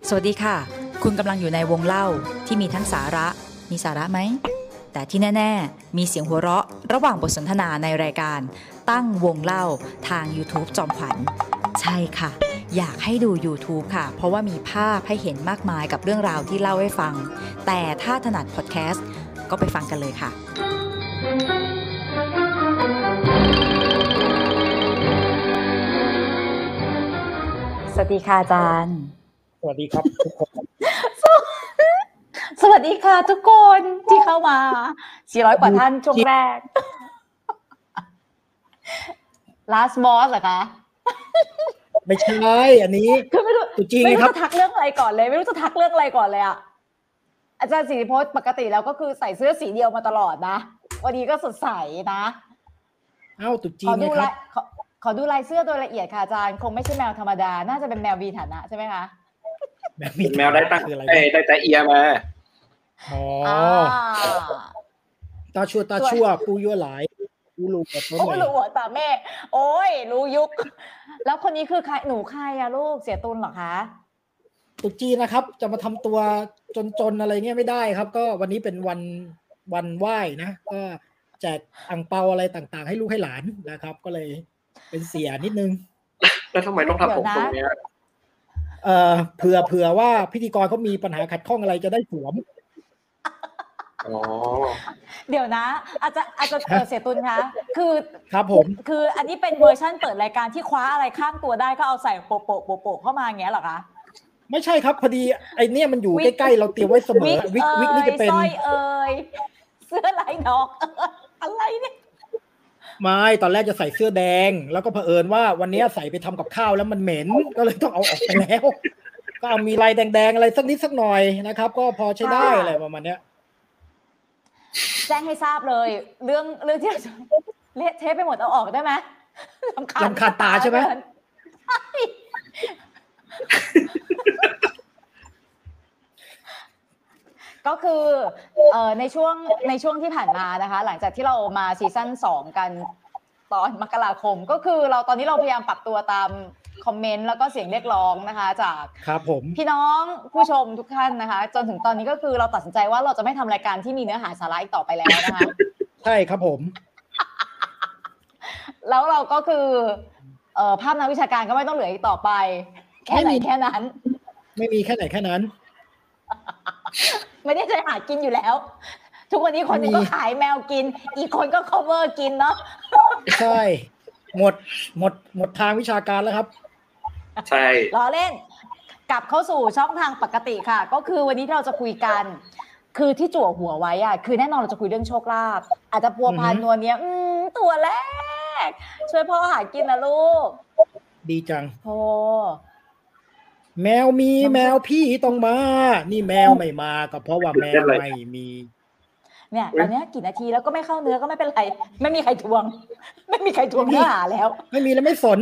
สวัสดีค่ะคุณกำลังอยู่ในวงเล่าที่มีทั้งสาระมีสาระไหมแต่ที่แน่ๆมีเสียงหัวเราะระหว่างบทสนทนาในรายการตั้งวงเล่าทาง YouTube จอมขวัญใช่ค่ะอยากให้ดู YouTube ค่ะเพราะว่ามีภาพให้เห็นมากมายกับเรื่องราวที่เล่าให้ฟังแต่ถ้าถนัดพอดแคสต์ก็ไปฟังกันเลยค่ะสวัสดีค่ะอาจารย์สวัสดีครับทุกคนสวัสดีค่ะทุกคนที่เข้ามา400กว่าท่านช่วงแรก Last Boss เหรอคะไม่ใช่อันนี้คือไม่รู้จริงๆครับจะทักเรื่องอะไรก่อนเลยไม่รู้จะทักเรื่องอะไรก่อนเลยอ่ะอาจารย์ศิริพจน์ปกติแล้วก็คือใส่เสื้อสีเดียวมาตลอดนะวันนี้ก็สดใสนะตุ๊จีนไงครับขอดูลายเสื้อโดยละเอียดค่ะอาจารย์คงไม่ใช่แมวธรรมดาน่าจะเป็นแมวมีฐานะใช่ไหมคะแมวได้ตั้งได้แต่เอียมาตาชั่วปูยั่วหลายปูลูกกับต้นเลยรู้ตาแม่โอ้ยรู้ยุคแล้วคนนี้คือใครหนูใครอะลูกเสียตุลเหรอคะตุ๊จีนนะครับจะมาทำตัวจนอะไรเงี้ยไม่ได้ครับก็วันนี้เป็นวันไหว้นะก็แจกอั่งเปาอะไรต่างๆให้ลูกให้หลานนะครับก็เลยเป็นเสียนิดนึงแล้วทำไมต้องทำผมตรงนี้เผื่อว่าพิธีกรเขามีปัญหาขัดข้องอะไรจะได้สวมเดี๋ยวนะอาจจะเสียตุลคะคือครับผมคืออันนี้เป็นเวอร์ชั่นเปิดรายการที่คว้าอะไรข้างตัวได้ก็เอาใส่โปะเข้ามาอย่างเงี้ยเหรอคะไม่ใช่ครับพอดีไอเนี้ยมันอยู่ใกล้ๆเราเตรียมไว้เสมอวิกนี่จะเป็นสร้อยเสื้อลายดอกอะไรเนี่ยไม่ตอนแรกจะใส่เสื้อแดงแล้วก็เผอิญว่าวันนี้ใส่ไปทำกับข้าวแล้วมันเหม็นก็เลยต้องเอาออกไปแล้วก็เอามีลายแดงๆอะไรสักนิดสักหน่อยนะครับก็พอใช้ได้อะไรประมาณเนี้ยแจ้งให้ทราบเลยเรื่องที่เละเทะไปหมดเอาออกได้ไหมรำคาญตาใช่ไหมก็คือในช่วงที่ผ่านมานะคะหลังจากที่เรามาซีซั่น2กันตอนมกราคมก็คือตอนนี้เราพยายามปรับตัวตามคอมเมนต์แล้วก็เสียงเรียกร้องนะคะจากครับผมพี่น้องผู้ชมทุกท่านนะคะจนถึงตอนนี้ก็คือเราตัดสินใจว่าเราจะไม่ทำรายการที่มีเนื้อหาสาระอีกต่อไปแล้วนะคะใช่ครับผมแล้วเราก็คือภาพนักวิชาการก็ไม่ต้องเหลืออีกต่อไปแค่ไหนแค่นั้นไม่มีแค่ไหนแค่นั้นไม่ได้ใจหากินอยู่แล้วทุกวันนี้คนนึงก็ขายแมวกินอีกคนก็ cover กินเนาะใช่หมดทางวิชาการแล้วครับใช่ล้อเล่นกลับเข้าสู่ช่องทางปกติค่ะก็คือวันนี้เราจะคุยกันคือที่จั่วหัวไว้อ่ะคือแน่นอนเราจะคุยเรื่องโชคลาภอาจจะพัวพันนัวเนี้ยตัวแรกช่วยพ่อหากินนะลูกดีจังโอ้แมวมีแมวพี่ต้องมานี่แมวไม่มาก็เพราะว่าแมวไม่มีเนี่ยตอนนี้กี่นาทีแล้วก็ไม่เข้าเนื้อก็ไม่เป็นไรไม่มีใครทวงเนื้อหาแล้วไม่มีแล้วไม่สน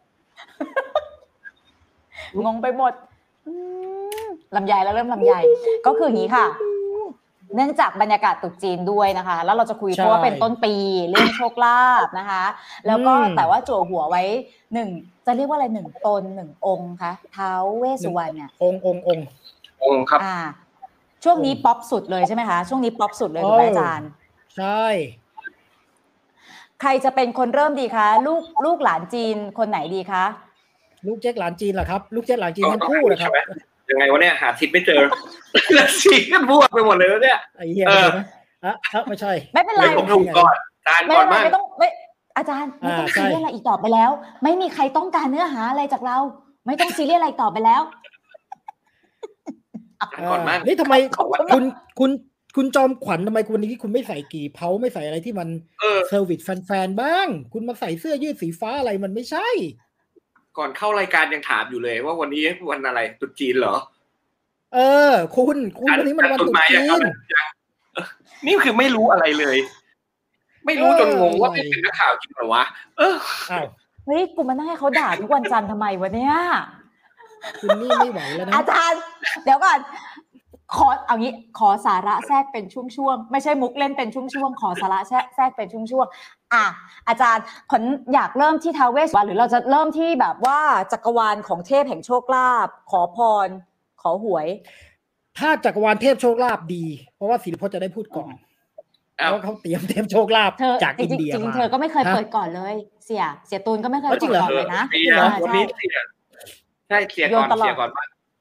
งงไปหมดลำไยแล้วเริ่มลำไยก็คืออย่างนี้ค่ะเนื่องจากบรรยากาศตรุษจีนด้วยนะคะแล้วเราจะคุยเพราะว่าเป็นต้นปีเรื่องโชคลาภนะคะแล้วก็แต่ว่าจั่วหัวไว้1จะเรียกว่าอะไร1ตน1องค์คะท้าวเวสสุวรรณเนี่ยองค์ครับช่วงนี้ป๊อปสุดเลยใช่ไหมคะช่วงนี้ป๊อปสุดเลยถูกไหมอาจารย์ใช่ใครจะเป็นคนเริ่มดีคะลูกหลานจีนคนไหนดีคะลูกเจ๊กหลานจีนเหรอครับลูกเจ๊กหลานจีนทั้งคู่นะครับยังไงวะเนี่ยหาทิศไม่เจอสีกันพูดไปหมดเลยเนี่ยไอ้เหี้ยไม่ใช่ไม่เป็นไรผมถูกก่อนอาจารย์ก่อนมากไม่ต้องอาจารย์ไม่ต้องซีเรียสอะไรอีกต่อไปแล้วไม่มีใครต้องการเนื้อหาอะไรจากเราไม่ต้องซีเรียสอะไรต่อไปแล้วก่อนมากนี่ทำไมคุณจอมขวัญทำไมวันนี้คุณไม่ใส่กี่เผาไม่ใส่อะไรที่มันเซอร์วิสแฟนๆบ้างคุณมาใส่เสื้อยืดสีฟ้าอะไรมันไม่ใช่ก่อนเข้ารายการยังถามอยู่เลยว่าวันนี้วันอะไรตรุษจีนเหรอคุณวันนี้มันวันตรุษจีนนี่คือไม่รู้อะไรเลยไม่รู้จนงงว่าเป็นนักข่าวจริงเหรอวะเฮ้ยกูมานั่งให้เขาด่าทุกวันจันทร์ทำไมวะเนี่ยคุณนี่ไม่ไหวแล้วนะอาจารย์เดี๋ยวก่อนขอสาระแทรกเป็นช่วงๆไม่ใช่มุกเล่นเป็นช่วงๆขอสาระแทรกเป็นช่วงๆอาจารย์ผลอยากเริ่มที่ท้าวเวสสุวรรณหรือเราจะเริ่มที่แบบว่าจักรวาลของเทพแห่งโชคลาภขอพรขอหวยถ้าจักรวาลเทพโชคลาภดีเพราะว่าศิริพจน์จะได้พูดก่อนเพราะเขาเตรียมเทพโชคลาภจากอินเดียมาจริงๆเธอก็ไม่เคยเปิดก่อนเลยเสียตูนก็ไม่เคยเปิดก่อนเลยนะวันนี้ใช่เคลียร์ก่อน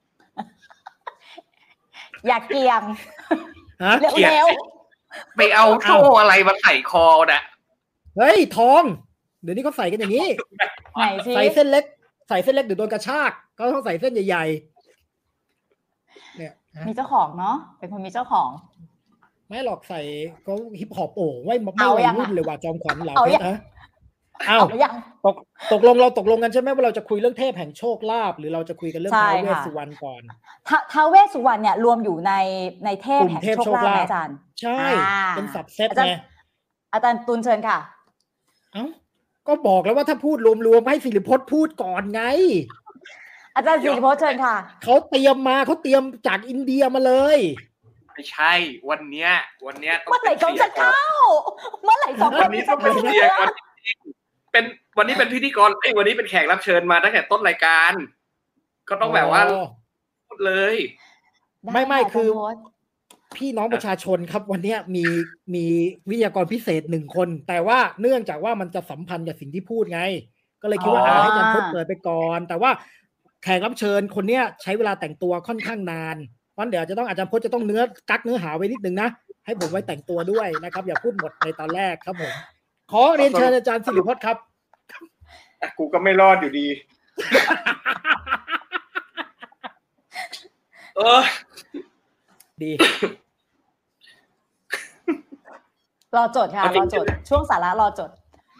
อยากเกี่ยงเร็วไปเอาโซ่อะไรมาใส่คอน่ะเฮ้ยทองเดี๋ยวนี้เขาใส่กันอย่างนี้ใส่เส้นเล็กเดี๋ยวโดนกระชากก็ต้องใส่เส้นใหญ่ๆเนี่ยมีเจ้าของเนาะเป็นคนมีเจ้าของไม่หรอกใส่ก็ฮิปฮอปไม่วัยรุ่นเลยว่าจอมขวัญเหล่าเพชรนะเอาตกลงกันใช่ไหมว่าเราจะคุยเรื่องเทพแห่งโชคลาภหรือเราจะคุยกันเรื่องท้าวเวสสุวรรณก่อนท้าวเวสสุวรรณเนี่ยรวมอยู่ในเทพแห่งโชคลาภอาจารย์ใช่เป็นสับเซตไงอาจารย์ตุลเชิญค่ะก็บอกแล้วว่าถ้าพูดรวมๆให้ศิริพจน์พูดก่อนไงอาจารย์ศิริพจน์เชิญค่ะเขาเตรียมจากอินเดียมาเลยไม่ใช่วันเนี้ยเมื่อไหร่กองจะเข้าเมื่อไหร่สองวันนี้ต้องเป็นเสียก่อนเป็นวันนี้เป็นพิธีกรวันนี้เป็นแขกรับเชิญมาตั้งแต่ต้นรายการก็ต้องแบบว่าพูดเลยไม่คือพี่น้องประชาชนครับวันนี้มีวิทยากรพิเศษ1คนแต่ว่าเนื่องจากว่ามันจะสัมพันธ์กับสิ่งที่พูดไงก็เลยคิดว่าให้อาจารย์พจน์เปิดไปก่อนแต่ว่าแขกรับเชิญคนเนี้ยใช้เวลาแต่งตัวค่อนข้างนานวันเดี๋ยวจะต้องอาจารย์พจน์จะต้องเนื้อหาไว้นิดนึงนะให้ผมไว้แต่งตัวด้วยนะครับอย่าพูดหมดในตอนแรกครับผมขอเรียนเชิญอาจารย์ศิริพจน์ครับกูก็ไม่รอดอยู่ดีดีรอจดค่ะรอจดช่วงสาระรอจด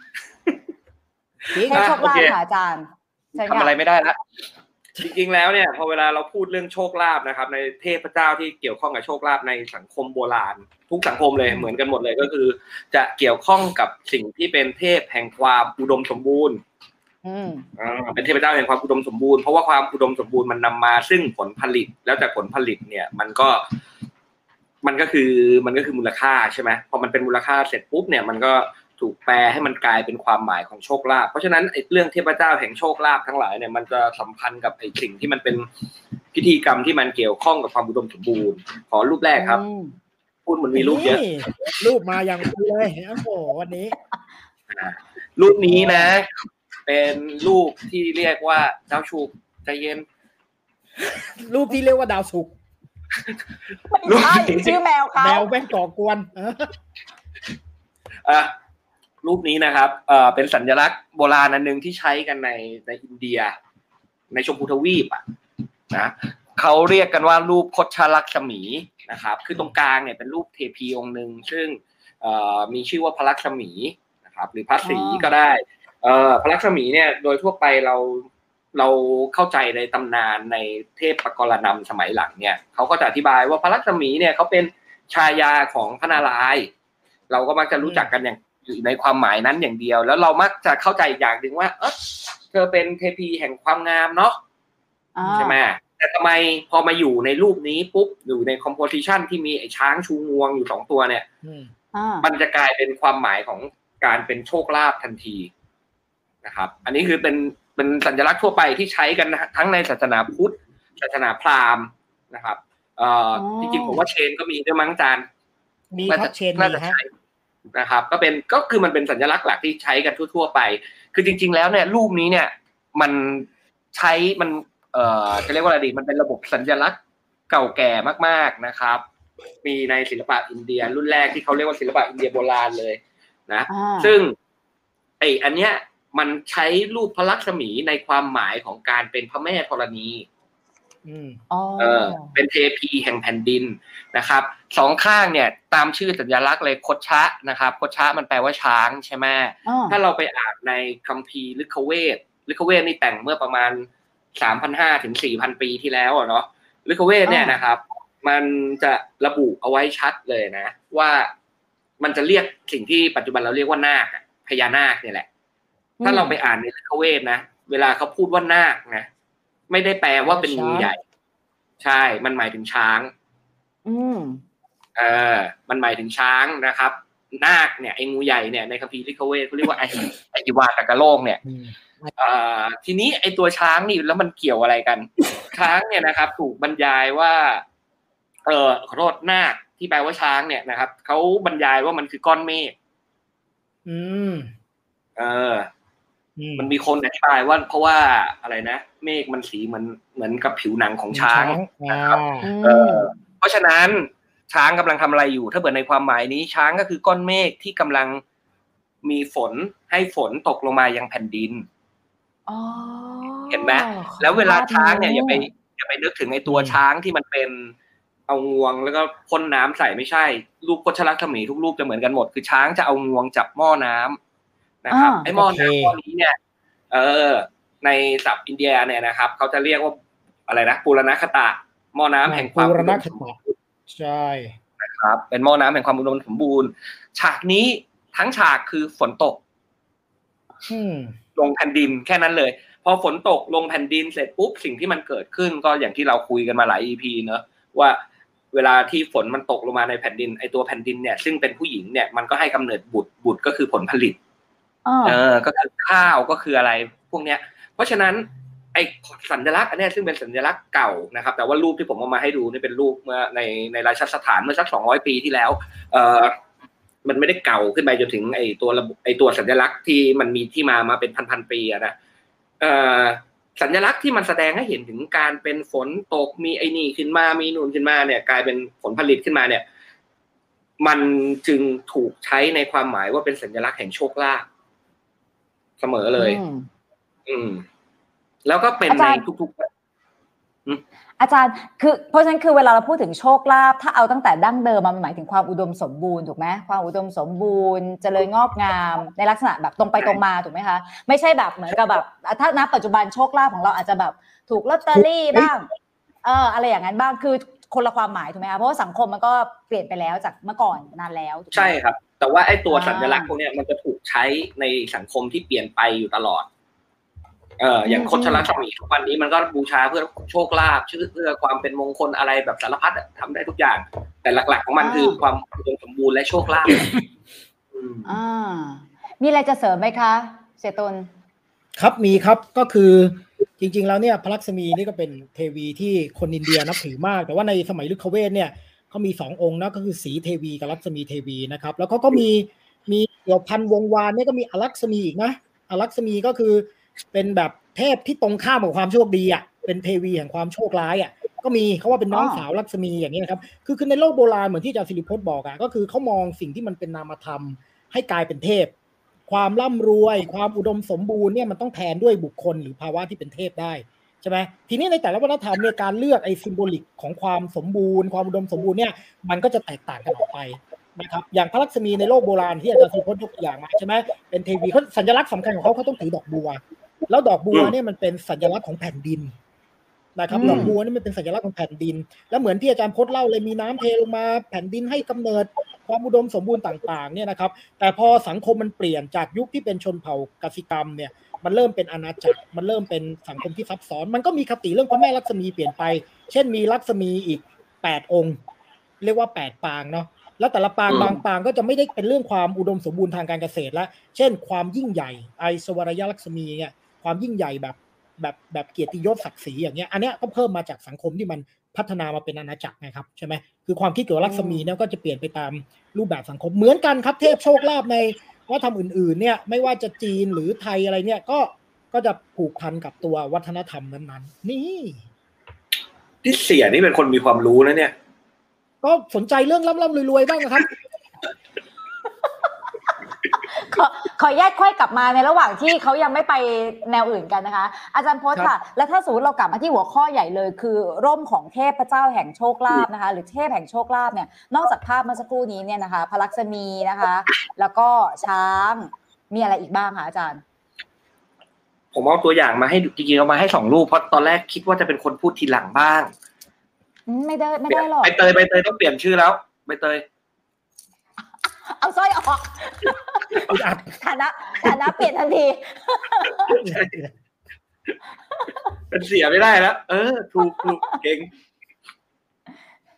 ให้โชคลาภค่ะอาจารย์ทำอะไรไม่ได้ละจริงๆแล้วเนี่ยพอเวลาเราพูดเรื่องโชคลาภนะครับในเทพเจ้าที่เกี่ยวข้องกับโชคลาภในสังคมโบราณทุกสังคมเลยเหมือนกันหมดเลยก็คือจะเกี่ยวข้องกับสิ่งที่เป็นเทพแห่งความอุดมสมบูรณ์เป็นเทพเจ้าแห่งความอุดมสมบูรณ์เพราะว่าความอุดมสมบูรณ์มันนำมาซึ่งผลผลิตแล้วจากผลผลิตเนี่ยมันก็คือมูลค่าใช่ไหมพอมันเป็นมูลค่าเสร็จปุ๊บเนี่ยมันก็ถูกแปลให้มันกลายเป็นความหมายของโชคลาภเพราะฉะนั้นไอ้เรื่องเทพเจ้าแห่งโชคลาภทั้งหลายเนี่ยมันจะสัมพันธ์กับไอ้สิ่งที่มันเป็นพิธีกรรมที่มันเกี่ยวข้องกับความอุดมสมบูรณ์ขอรูปแรกครับพูดมันมีรูปเยอะรูปมาอย่างดีเลยโอ้โหวันนี้รูปนี้นะเป็นรูปที่เรียกว่าดาวศุกร์ใจเย็นรูปที่เรียกว่าดาวศุกร์ไม่ใช่ชื่อแมวเขาแมวแม่งก่อกวนรูปนี้นะครับเป็นสัญลักษณ์โบราณอันนึงที่ใช้กันในอินเดียในชมพูทวีปนะเขาเรียกกันว่ารูปคชลักษมีนะครับคือตรงกลางเนี่ยเป็นรูปเทพีองค์นึงซึ่งมีชื่อว่าพระลักษมีนะครับหรือพระศรีก็ได้พระลักษมีเนี่ยโดยทั่วไปเราเข้าใจในตำนานในเทพปกรณัมสมัยหลังเนี่ยเขาก็จะอธิบายว่าพระลักษมีเนี่ยเขาเป็นชายาของพระนารายณ์เราก็มักจะรู้จักกันอย่างอยู่ในความหมายนั้นอย่างเดียวแล้วเรามักจะเข้าใจอย่างนึงว่าเธอเป็นเทพีแห่งความงามเนาะใช่ไหมแต่ทำไมพอมาอยู่ในรูปนี้ปุ๊บอยู่ในคอมโพสิชันที่มีไอ้ช้างชูงวงอยู่2ตัวเนี่ยมันจะกลายเป็นความหมายของการเป็นโชคลาภทันทีนะครับอันนี้คือเป็นสัญลักษณ์ทั่วไปที่ใช้กันทั้งในศาสนาพุทธศาสนาพราหมณ์นะครับจริงๆผมว่าเชนก็มีด้วยมั้งอาจารย์มีครับเชนมีฮะนะครับก็คือมันเป็นสัญลักษณ์หลักที่ใช้กันทั่วๆไปคือจริงๆแล้วเนี่ยรูปนี้เนี่ยมันใช้มันจะเรียกว่าอะไรดีมันเป็นระบบสัญลักษณ์เก่าแก่มากๆนะครับมีในศิลปะอินเดียรุ่นแรกที่เขาเรียกว่าศิลปะอินเดียโบราณเลยนะซึ่งอันเนี้ยมันใช้รูปพระลักษมีในความหมายของการเป็นพระแม่ธรณีเป็นเทพีแห่งแผ่นดินนะครับสองข้างเนี่ยตามชื่อสัญลักษณ์เลยคดชะนะครับคดชะมันแปลว่าช้างใช่ไหมถ้าเราไปอ่านในคัมภีร์ฤกขเวทนี่แต่งเมื่อประมาณ 3,500 ถึง 4,000 ปีที่แล้วเนาะฤกขเวทเนี่ยนะครับมันจะระบุเอาไว้ชัดเลยนะว่ามันจะเรียกสิ่งที่ปัจจุบันเราเรียกว่านาคพญานาคเนี่ยแหละถ้าเราไปอ่านในฤกขเวทนะเวลาเขาพูดว่านาคนะไม่ได้แปลว่าเป็นงูใหญ่ใช่มันหมายถึงช้างมันหมายถึงช้างนะครับนาคเนี่ยไอ้งูใหญ่เนี่ยในคัมภีร์ฤกขเวทเขาเรียกว่าไอหิวาตกโลกเนี่ยทีนี้ไอตัวช้างนี่แล้วมันเกี่ยวอะไรกัน ช้างเนี่ยนะครับถูกบรรยายว่าขอโทษนาคที่แปลว่าช้างเนี่ยนะครับเขาบรรยายว่ามันคือก้อนเมฆมันมีคนอธิบายว่าเพราะว่าอะไรนะเมฆมันสีเหมือนกับผิวหนังของช้างนะครับเพราะฉะนั้นช้างกำลังทำอะไรอยู่ถ้าเกิดในความหมายนี้ช้างก็คือก้อนเมฆที่กำลังมีฝนให้ฝนตกลงมายังแผ่นดินเห็นไหมแล้วเวลาช้างเนี่ยอย่าไปนึกถึงไอ้ตัวช้างที่มันเป็นเอางวงแล้วก็พ่นน้ำใส่ไม่ใช่รูปโคชลักษมีทุกรูปจะเหมือนกันหมดคือช้างจะเอางวงจับหม้อน้ำนะครับไอ้หม้อน้ำหม้อนี้เนี่ยในศัพท์อินเดียเนี่ยนะครับเขาจะเรียกว่าอะไรนะปูรณคตะหม้อน้ำแห่งความอุดมสมบูรณ์ใช่นะครับเป็นหม้อน้ำแห่งความอุดมสมบูรณ์ฉากนี้ทั้งฉากคือฝนตกลงแผ่นดินแค่นั้นเลยพอฝนตกลงแผ่นดินเสร็จปุ๊บสิ่งที่มันเกิดขึ้นก็อย่างที่เราคุยกันมาหลาย EP เนอะว่าเวลาที่ฝนมันตกลงมาในแผ่นดินไอตัวแผ่นดินเนี่ยซึ่งเป็นผู้หญิงเนี่ยมันก็ให้กำเนิดบุตรก็คือผลผลิตก็คือข้าวก็คืออะไรพวกเนี้ยเพราะฉะนั้นไอสัญลักษณ์อันนี้ซึ่งเป็นสัญลักษณ์เก่านะครับแต่ว่ารูปที่ผมเอามาให้ดูนี่เป็นรูปเมื่อในราชสถานเมื่อสัก200 ปีที่แล้วมันไม่ได้เก่าขึ้นไปจนถึงไอตัวสัญลักษณ์ที่มันมีที่มาเป็นพันปีนะสัญลักษณ์ที่มันแสดงให้เห็นถึงการเป็นฝนตกมีไอ้นี่ขึ้นมามีนูนขึ้นมาเนี่ยกลายเป็นผลผลิตขึ้นมาเนี่ยมันจึงถูกใช้ในความหมายว่าเป็นสัญลักษณ์แห่งโชคลาภเสมอเลยแล้วก็เป็นในทุกๆอาจารย์คือเพราะฉะนั้นคือเวลาเราพูดถึงโชคลาภถ้าเอาตั้งแต่ดั้งเดิมมันหมายถึงความอุดมสมบูรณ์ถูกไหมความอุดมสมบูรณ์เจริญงอกงามในลักษณะแบบตรงไปตรงมาถูกไหมคะไม่ใช่แบบเหมือนกับแบบถ้าณปัจจุบันโชคลาภของเราอาจจะแบบถูกลอตเตอรี่บ้างอะไรอย่างนั้นบ้างคือคนละความหมายถูกไหมคะเพราะว่าสังคมมันก็เปลี่ยนไปแล้วจากเมื่อก่อนนานแล้วใช่ครับแต่ว่าไอ้ตัวสัญลักษณ์พวกนี้มันจะถูกใช้ในสังคมที่เปลี่ยนไปอยู่ตลอดอย่างโคชลักษมีทุกวันนี้มันก็บูชาเพื่อโชคลาภเพื่อความเป็นมงคลอะไรแบบสารพัดทำได้ทุกอย่างแต่หลักๆของมันคือความอุดมสมบูรณ์และโชคลาภมีอะไรจะเสริมไหมคะเสตุลครับมีครับก็คือจริงๆแล้วเนี่ยพระลักษมีนี่ก็เป็นเทวีที่คนอินเดียนับถือมากแต่ว่าในสมัยฤกขเวทเนี่ยเขามี2องค์นะก็คือศรีเทวีกับลักษมีเทวีนะครับแล้วเขาก็มีเกี่ยวพันวงวานเนี่ยก็มีอลักษมีอีกนะอลักษมีก็คือเป็นแบบเทพที่ตรงข้ามกับความโชคดีอ่ะเป็นเทวีแห่งความโชคร้ายอ่ะก็มีเขาว่าเป็นน้องสาวลักษมีอย่างนี้นะครับคือในโลกโบราณเหมือนที่อาจารย์ศิริพจน์บอกอ่ะก็คือเขามองสิ่งที่มันเป็นนามธรรมให้กลายเป็นเทพความร่ำรวยความอุดมสมบูรณ์เนี่ยมันต้องแทนด้วยบุคคลหรือภาวะที่เป็นเทพได้ใช่ไหมทีนี้ในแต่ละวัฒนธรรมเนี่ยการเลือกไอ้ซิมโบลิกของความสมบูรณ์ความอุดมสมบูรณ์เนี่ยมันก็จะแตกต่างกันออกไปนะครับอย่างพระลักษมีในโลกโบราณที่อาจารย์ศิริพจน์ยกตัวอย่างมาใช่ไหมเป็นเทวีเขาสัญลักษณ์สำคัญของเขาต้องถือดอกบัวแล้วดอกบัวเนี่ยมันเป็นสัญลักษณ์ของแผ่นดินนะครับดอกบัวนี่มันเป็นสัญลักษณ์ของแผ่นดินแล้วเหมือนที่อาจารย์พจน์เล่าเลยมีน้ำเทลงมาแผ่นดินให้กำเนิดความอุดมสมบูรณ์ต่างๆเนี่ยนะครับแต่พอสังคมมันเปลี่ยนจากยุคที่เป็นชนเผ่ากสิกรรมเนี่ยมันเริ่มเป็นอาณาจักรมันเริ่มเป็นสังคมที่ซับซ้อนมันก็มีคติเรื่องพระแม่ลักษมีเปลี่ยนไปเช่นมีลักษมีอีก8องค์เรียกว่า8ปางเนาะแล้วแต่ละปางบางปางก็จะไม่ได้เป็นเรื่องความอุดมสมบูรณ์ทางการเกษตรแล้วเช่นความยิ่งใหญ่ไอสวรยลักษมีเนี่ยความยิ่งใหญ่แบบเกียรติยศศักดิ์ศรีอย่างเงี้ยอันเนี้ยก็เพิ่มมาจากสังคมที่มันพัฒนามาเป็นอาณาจักรนะครับใช่ไหมคือความคิดเกี่ยวกับลักษมีเนี่ยก็จะเปลี่ยนไปตามรูปแบบสังคมเหมือนกันครับเทพโชคลาภในวัฒนธรรมอื่นๆเนี่ยไม่ว่าจะจีนหรือไทยอะไรเนี่ยก็จะผูกพันกับตัววัฒนธรรมนั้นๆนี่ที่เสียนี่เป็นคนมีความรู้นะเนี่ยก็สนใจเรื่องร่ำๆรวยๆบ้างนะครับขอแยกค่อยกลับมาในระหว่างที่เขายังไม่ไปแนวอื่นกันนะคะอาจารย์พจน์ค่ะแล้วถ้าสมมติเรากลับมาที่หัวข้อใหญ่เลยคือร่มของเทพเจ้าแห่งโชคลาภนะคะหรือเทพแห่งโชคลาภเนี่ยนอกจากภาพเมื่อสักครู่นี้เนี่ยนะคะพระลักษมีนะคะแล้วก็ช้างมีอะไรอีกบ้างคะอาจารย์ผมเอาตัวอย่างมาให้จริงๆเอามาให้2รูปเพราะตอนแรกคิดว่าจะเป็นคนพูดทีหลังบ้างไม่ได้หรอกใบเตยต้องเปลี่ยนชื่อแล้วใบเตยเอาสร้อยออกฐานะเปลี่ยนทันทีเป็นเสียไม่ได้แล้วถูกเก่ง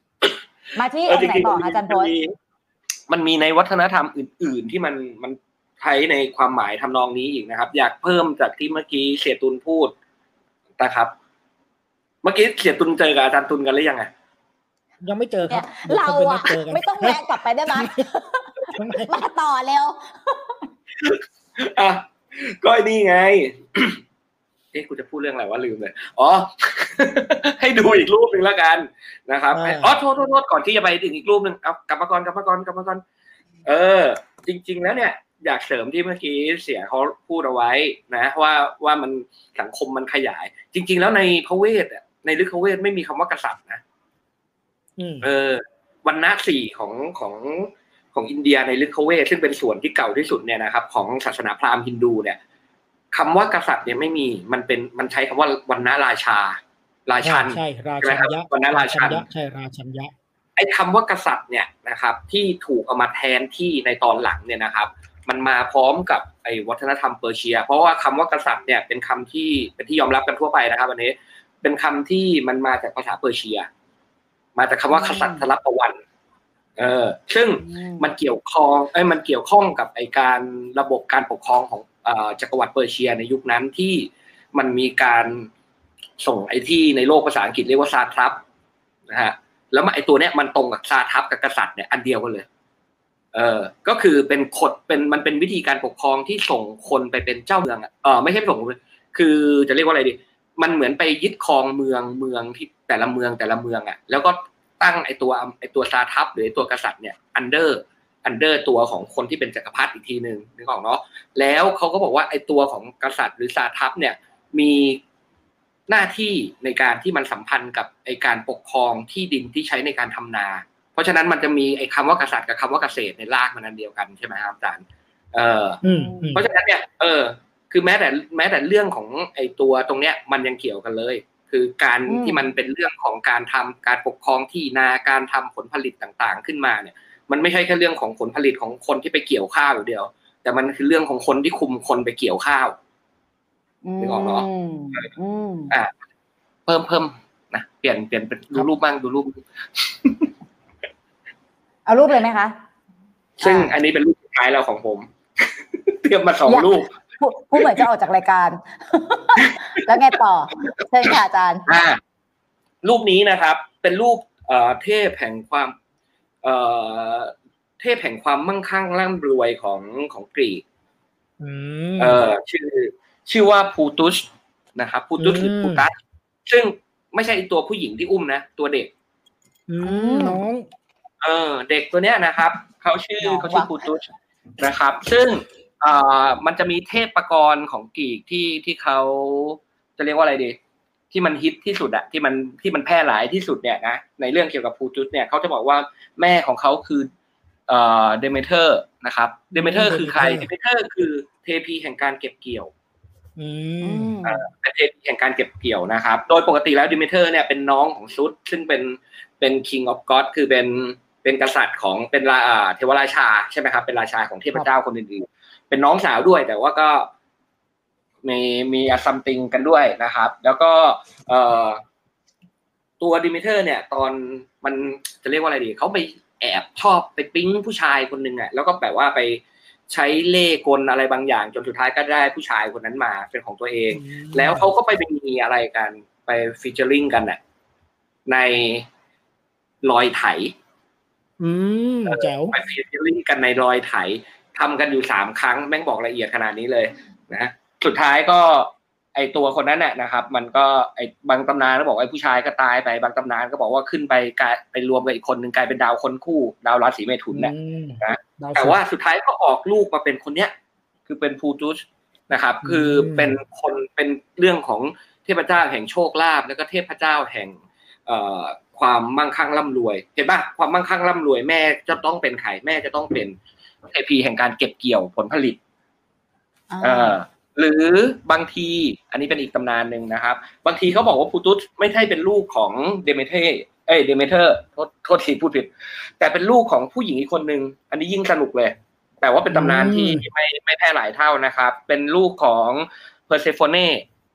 มาที่องค์ไหนต่ออาจารย์พจน์มันมีในวัฒนธรรมอื่นๆที่มันใช้ในความหมายทำนองนี้อีกนะครับอยากเพิ่มจากที่เมื่อกี้เสียตุลพูดนะครับเมื่อกี้เสียตุลเจอกับอาจารย์ตุลกันหรือยังไงยังไม่เจอครับเราอะไม่ต้องแวะกลับไปได้ไหมมาต่อเร็วอ่ะก็นี่ไงกูจะพูดเรื่องอะไรวะลืมเลยอ๋อ ให้ดูอีกรูปหนึ่งแล้วกันนะครับโทษก่อนที่จะไปถึงอีกรูปหนึ่งเอากลับมาก่อนจริงๆแล้วเนี่ยอยากเสริมที่เมื่อกี้เสียเขาพูดเอาไว้นะว่ามันสังคมมันขยายจริงๆแล้วในพระเวทอ่ะในฤกขเวทไม่มีคำว่ากษัตริย์นะวรรณะสี่ของอินเดียในฤกขเวทซึ่งเป็นส่วนที่เก่าที่สุดเนี่ยนะครับของศาสนาพราหมณ์ฮินดูเนี่ยคำว่ากษัตริย์เนี่ยไม่มีมันใช้คำว่าวรรณราชาราชันใช่ราชัญญะวรรณราชันใช่ราชัญญะไอ้คำว่ากษัตริย์เนี่ยนะครับที่ถูกเอามาแทนที่ในตอนหลังเนี่ยนะครับมันมาพร้อมกับไอ้วัฒนธรรมเปอร์เซียเพราะว่าคำว่ากษัตริย์เนี่ยเป็นคำที่เป็นที่ยอมรับกันทั่วไปนะครับอันนี้เป็นคำที่มันมาจากภาษาเปอร์เซียมาจากคำว่ากษัตริย์ทรัพย์วันซึ่งมันเกี่ยวข้องกับไอ้การระบบการปกครองของจักรวรรดิเปอร์เซียในยุคนั้นที่มันมีการส่งไอ้ที่ในโลกภาษาอังกฤษเรียกว่าซาทรัพนะฮะแล้วไอ้ตัวเนี้ยมันตรงกับซาทรัพกับกษัตริย์เนี่ยอันเดียวกันเลยก็คือมันเป็นวิธีการปกครองที่ส่งคนไปเป็นเจ้าเมืองไม่ใช่ส่งคือจะเรียกว่าอะไรดีมันเหมือนไปยึดครองเมืองที่แต่ละเมืองอ่ะแล้วก็ตั้งไอ้ตัวซาทรัพหรือตัวกษัตริย์เนี่ยอันเดอร์ตัวของคนที่เป็นจักรพรรดิอีกทีนึงนึกออกเนาะแล้วเขาก็บอกว่าไอ้ตัวของกษัตริย์หรือซาทรัพเนี่ยมีหน้าที่ในการที่มันสัมพันธ์กับไอ้การปกครองที่ดินที่ใช้ในการทำนาเพราะฉะนั้นมันจะมีไอ้คำว่ากษัตริย์กับคำว่าเกษตรในรากมันอันเดียวกันใช่ไหมครับอาจารย์เพราะฉะนั้นเนี่ยคือแม้แต่เรื่องของไอ้ตัวตรงเนี้ยมันยังเกี่ยวกันเลยคือการที่มันเป็นเรื่องของการทำการปกครองที่นาการทำผลผลิตต่างๆขึ้นมาเนี่ยมันไม่ใช่แค่เรื่องของผลผลิตของคนที่ไปเกี่ยวข้าวอย่างเดียวแต่มันคือเรื่องของคนที่คุมคนไปเกี่ยวข้าวนึกออกเนาะเพิ่มนะเปลี่ยนเป็นดูรูปบ้างดูรูปเอารูปเลยไหมคะซึ่งอันนี้เป็นรูปสุดท้ายแล้วของผมเตรียมมา2รูปผู้เหมือนจะออกจากรายการแล้วไงต่อเชิญค่ะอาจารย์รูปนี้นะครับเป็นรูปเทพแห่งความมั่งคั่งร่ำรวยของกรีกชื่อว่าพูตุสนะครับพูตุสหรือพูตัสซึ่งไม่ใช่ตัวผู้หญิงที่อุ้มนะตัวเด็กน้องเด็กตัวเนี้ยนะครับเขาชื่อพูตุสนะครับซึ่งมันจะมีเทพกรของกรีกที่เขาจะเรียกว่าอะไรดีที่มันฮิตที่สุดอะที่มันแพร่หลายที่สุดเนี่ยนะในเรื่องเกี่ยวกับพูตุสเนี่ยเขาจะบอกว่าแม่ของเขาคือเดเมเทอร์นะครับเดเมเทอร์คือใครเดเมเทอร์คือเทพีแห่งการเก็บเกี่ยวเป็นเทพีแห่งการเก็บเกี่ยวนะครับโดยปกติแล้วเดเมเทอร์เนี่ยเป็นน้องของซุสซึ่งเป็น King of God คือเป็นกษัตริย์ของเป็นเทวราชาใช่ไหมครับเป็นราชาของเทพเจ้าคนอื่นๆเป็นน้องสาวด้วยแต่ว่าก็มีซัมติงกันด้วยนะครับแล้วก็ตัวดิมิเทอร์เนี่ยตอนมันจะเรียกว่าอะไรดีเขาไปแอบชอบไปปิ๊งผู้ชายคนนึงอ่ะแล้วก็แบบว่าไปใช้เล่ห์กลอะไรบางอย่างจนสุดท้ายก็ได้ผู้ชายคนนั้นมาเป็นของตัวเองแล้วเขาก็ไปมีอะไรกันไปฟีเจอริงกันน่ะในรอยไถแจ๋วไปฟีเจอริงกันในรอยไถทำกันอยู่3 ครั้งแม่งบอกละเอียดขนาดนี้เลยนะสุดท้ายก็ไอตัวคนนั้นนะครับมันก็ไอบางตำนานก็บอกไอผู้ชายก็ตายไปบางตำนานก็บอกว่าขึ้นไปรวมกับอีกคนนึงกลายเป็นดาวคนคู่ดาวราศีเมถุนนะแต่ว่าสุดท้ายก็ออกลูกมาเป็นคนเนี้ยคือเป็นพูตุสนะครับคือเป็นเรื่องของเทพเจ้าแห่งโชคลาภแล้วก็เทพเจ้าแห่งความมั่งคั่งร่ำรวยเห็นป่ะความมั่งคั่งร่ำรวยแม่จะต้องเป็นใครแม่จะต้องเป็นเทพีแห่งการเก็บเกี่ยวผลผลิตหรือบางทีอันนี้เป็นอีกตำนานหนึ่งนะครับบางทีเขาบอกว่าพูตุสไม่ใช่เป็นลูกของเดเมเทอร์โทษทีพูดผิดแต่เป็นลูกของผู้หญิงอีกคนนึงอันนี้ยิ่งสนุกเลยแต่ว่าเป็นตำนานที่ไม่แพร่หลายเท่านะครับเป็นลูกของเพอร์เซโฟเน่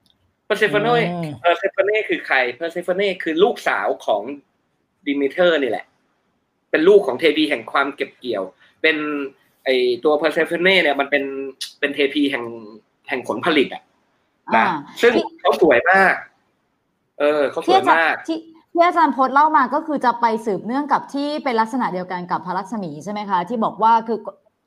คือใครเพอร์เซโฟเน่คือลูกสาวของดิเมเทอร์นี่แหละเป็นลูกของเทพีแห่งความเก็บเกี่ยวเป็นไอตัวเพอร์เซโฟเน่เนี่ยมันเป็นเทพีแห่งผลผลิตอ่ะนะซึ่งเขาสวยมากเขาสวยมากที่อาจารย์พจน์เล่ามาก็คือจะไปสืบเนื่องกับที่เป็นลักษณะเดียวกันกับพระลักษมีใช่ไหมคะที่บอกว่าคือ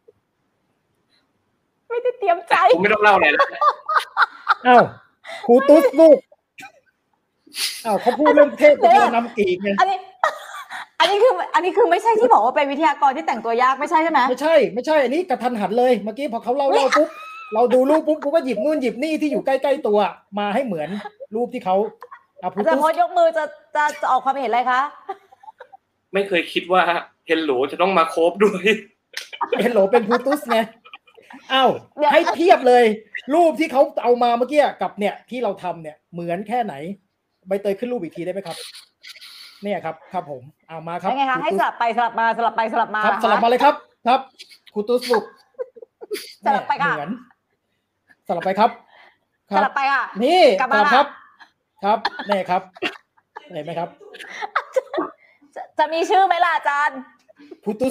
ไม่ได้เตรียมใจผมไม่ต้องเล่าเลยนะอ้าวครูตุ๊ดลูกอ้าวเขาพูดเรื่องเทพเจ้านำกีกไงอันนี้คือไม่ใช่ที่บอกว่าเป็นวิทยากรที่แต่งตัวยากไม่ใช่ใช่ไหมไม่ใช่อันนี้กระทันหันเลยเมื่อกี้พอเขาเล่าปุ๊บเราดูรูปปุ๊บกูก็หยิบนู่นหยิบนี่ที่อยู่ใกล้ๆตัวมาให้เหมือนรูปที่เขาอาจารย์พจน์ยกมือจะออกความเห็นอะไรคะไม่เคยคิดว่าเฮลโหลจะต้องมาโคฟด้วยเฮลโหลเป็นพูตุสไงอ้าวให้เทียบเลยรูปที่เขาเอามาเมื่อกี้กับเนี่ยที่เราทำเนี่ยเหมือนแค่ไหนใบเตยขึ้นรูปอีกทีได้ไหมครับเนี่ยครับผมเอามาครับไงคะให้สลับไปสลับมาสลับไปสลับมาครับสลับมาเลยครับพูตุสลูกสลับไปค่ะเหมือนสลับไปครับสลับไปค่ะนี่สลับครับนี่ครับเห็นไหมครับจะมีชื่อไหมล่ะอาจารย์พูตุส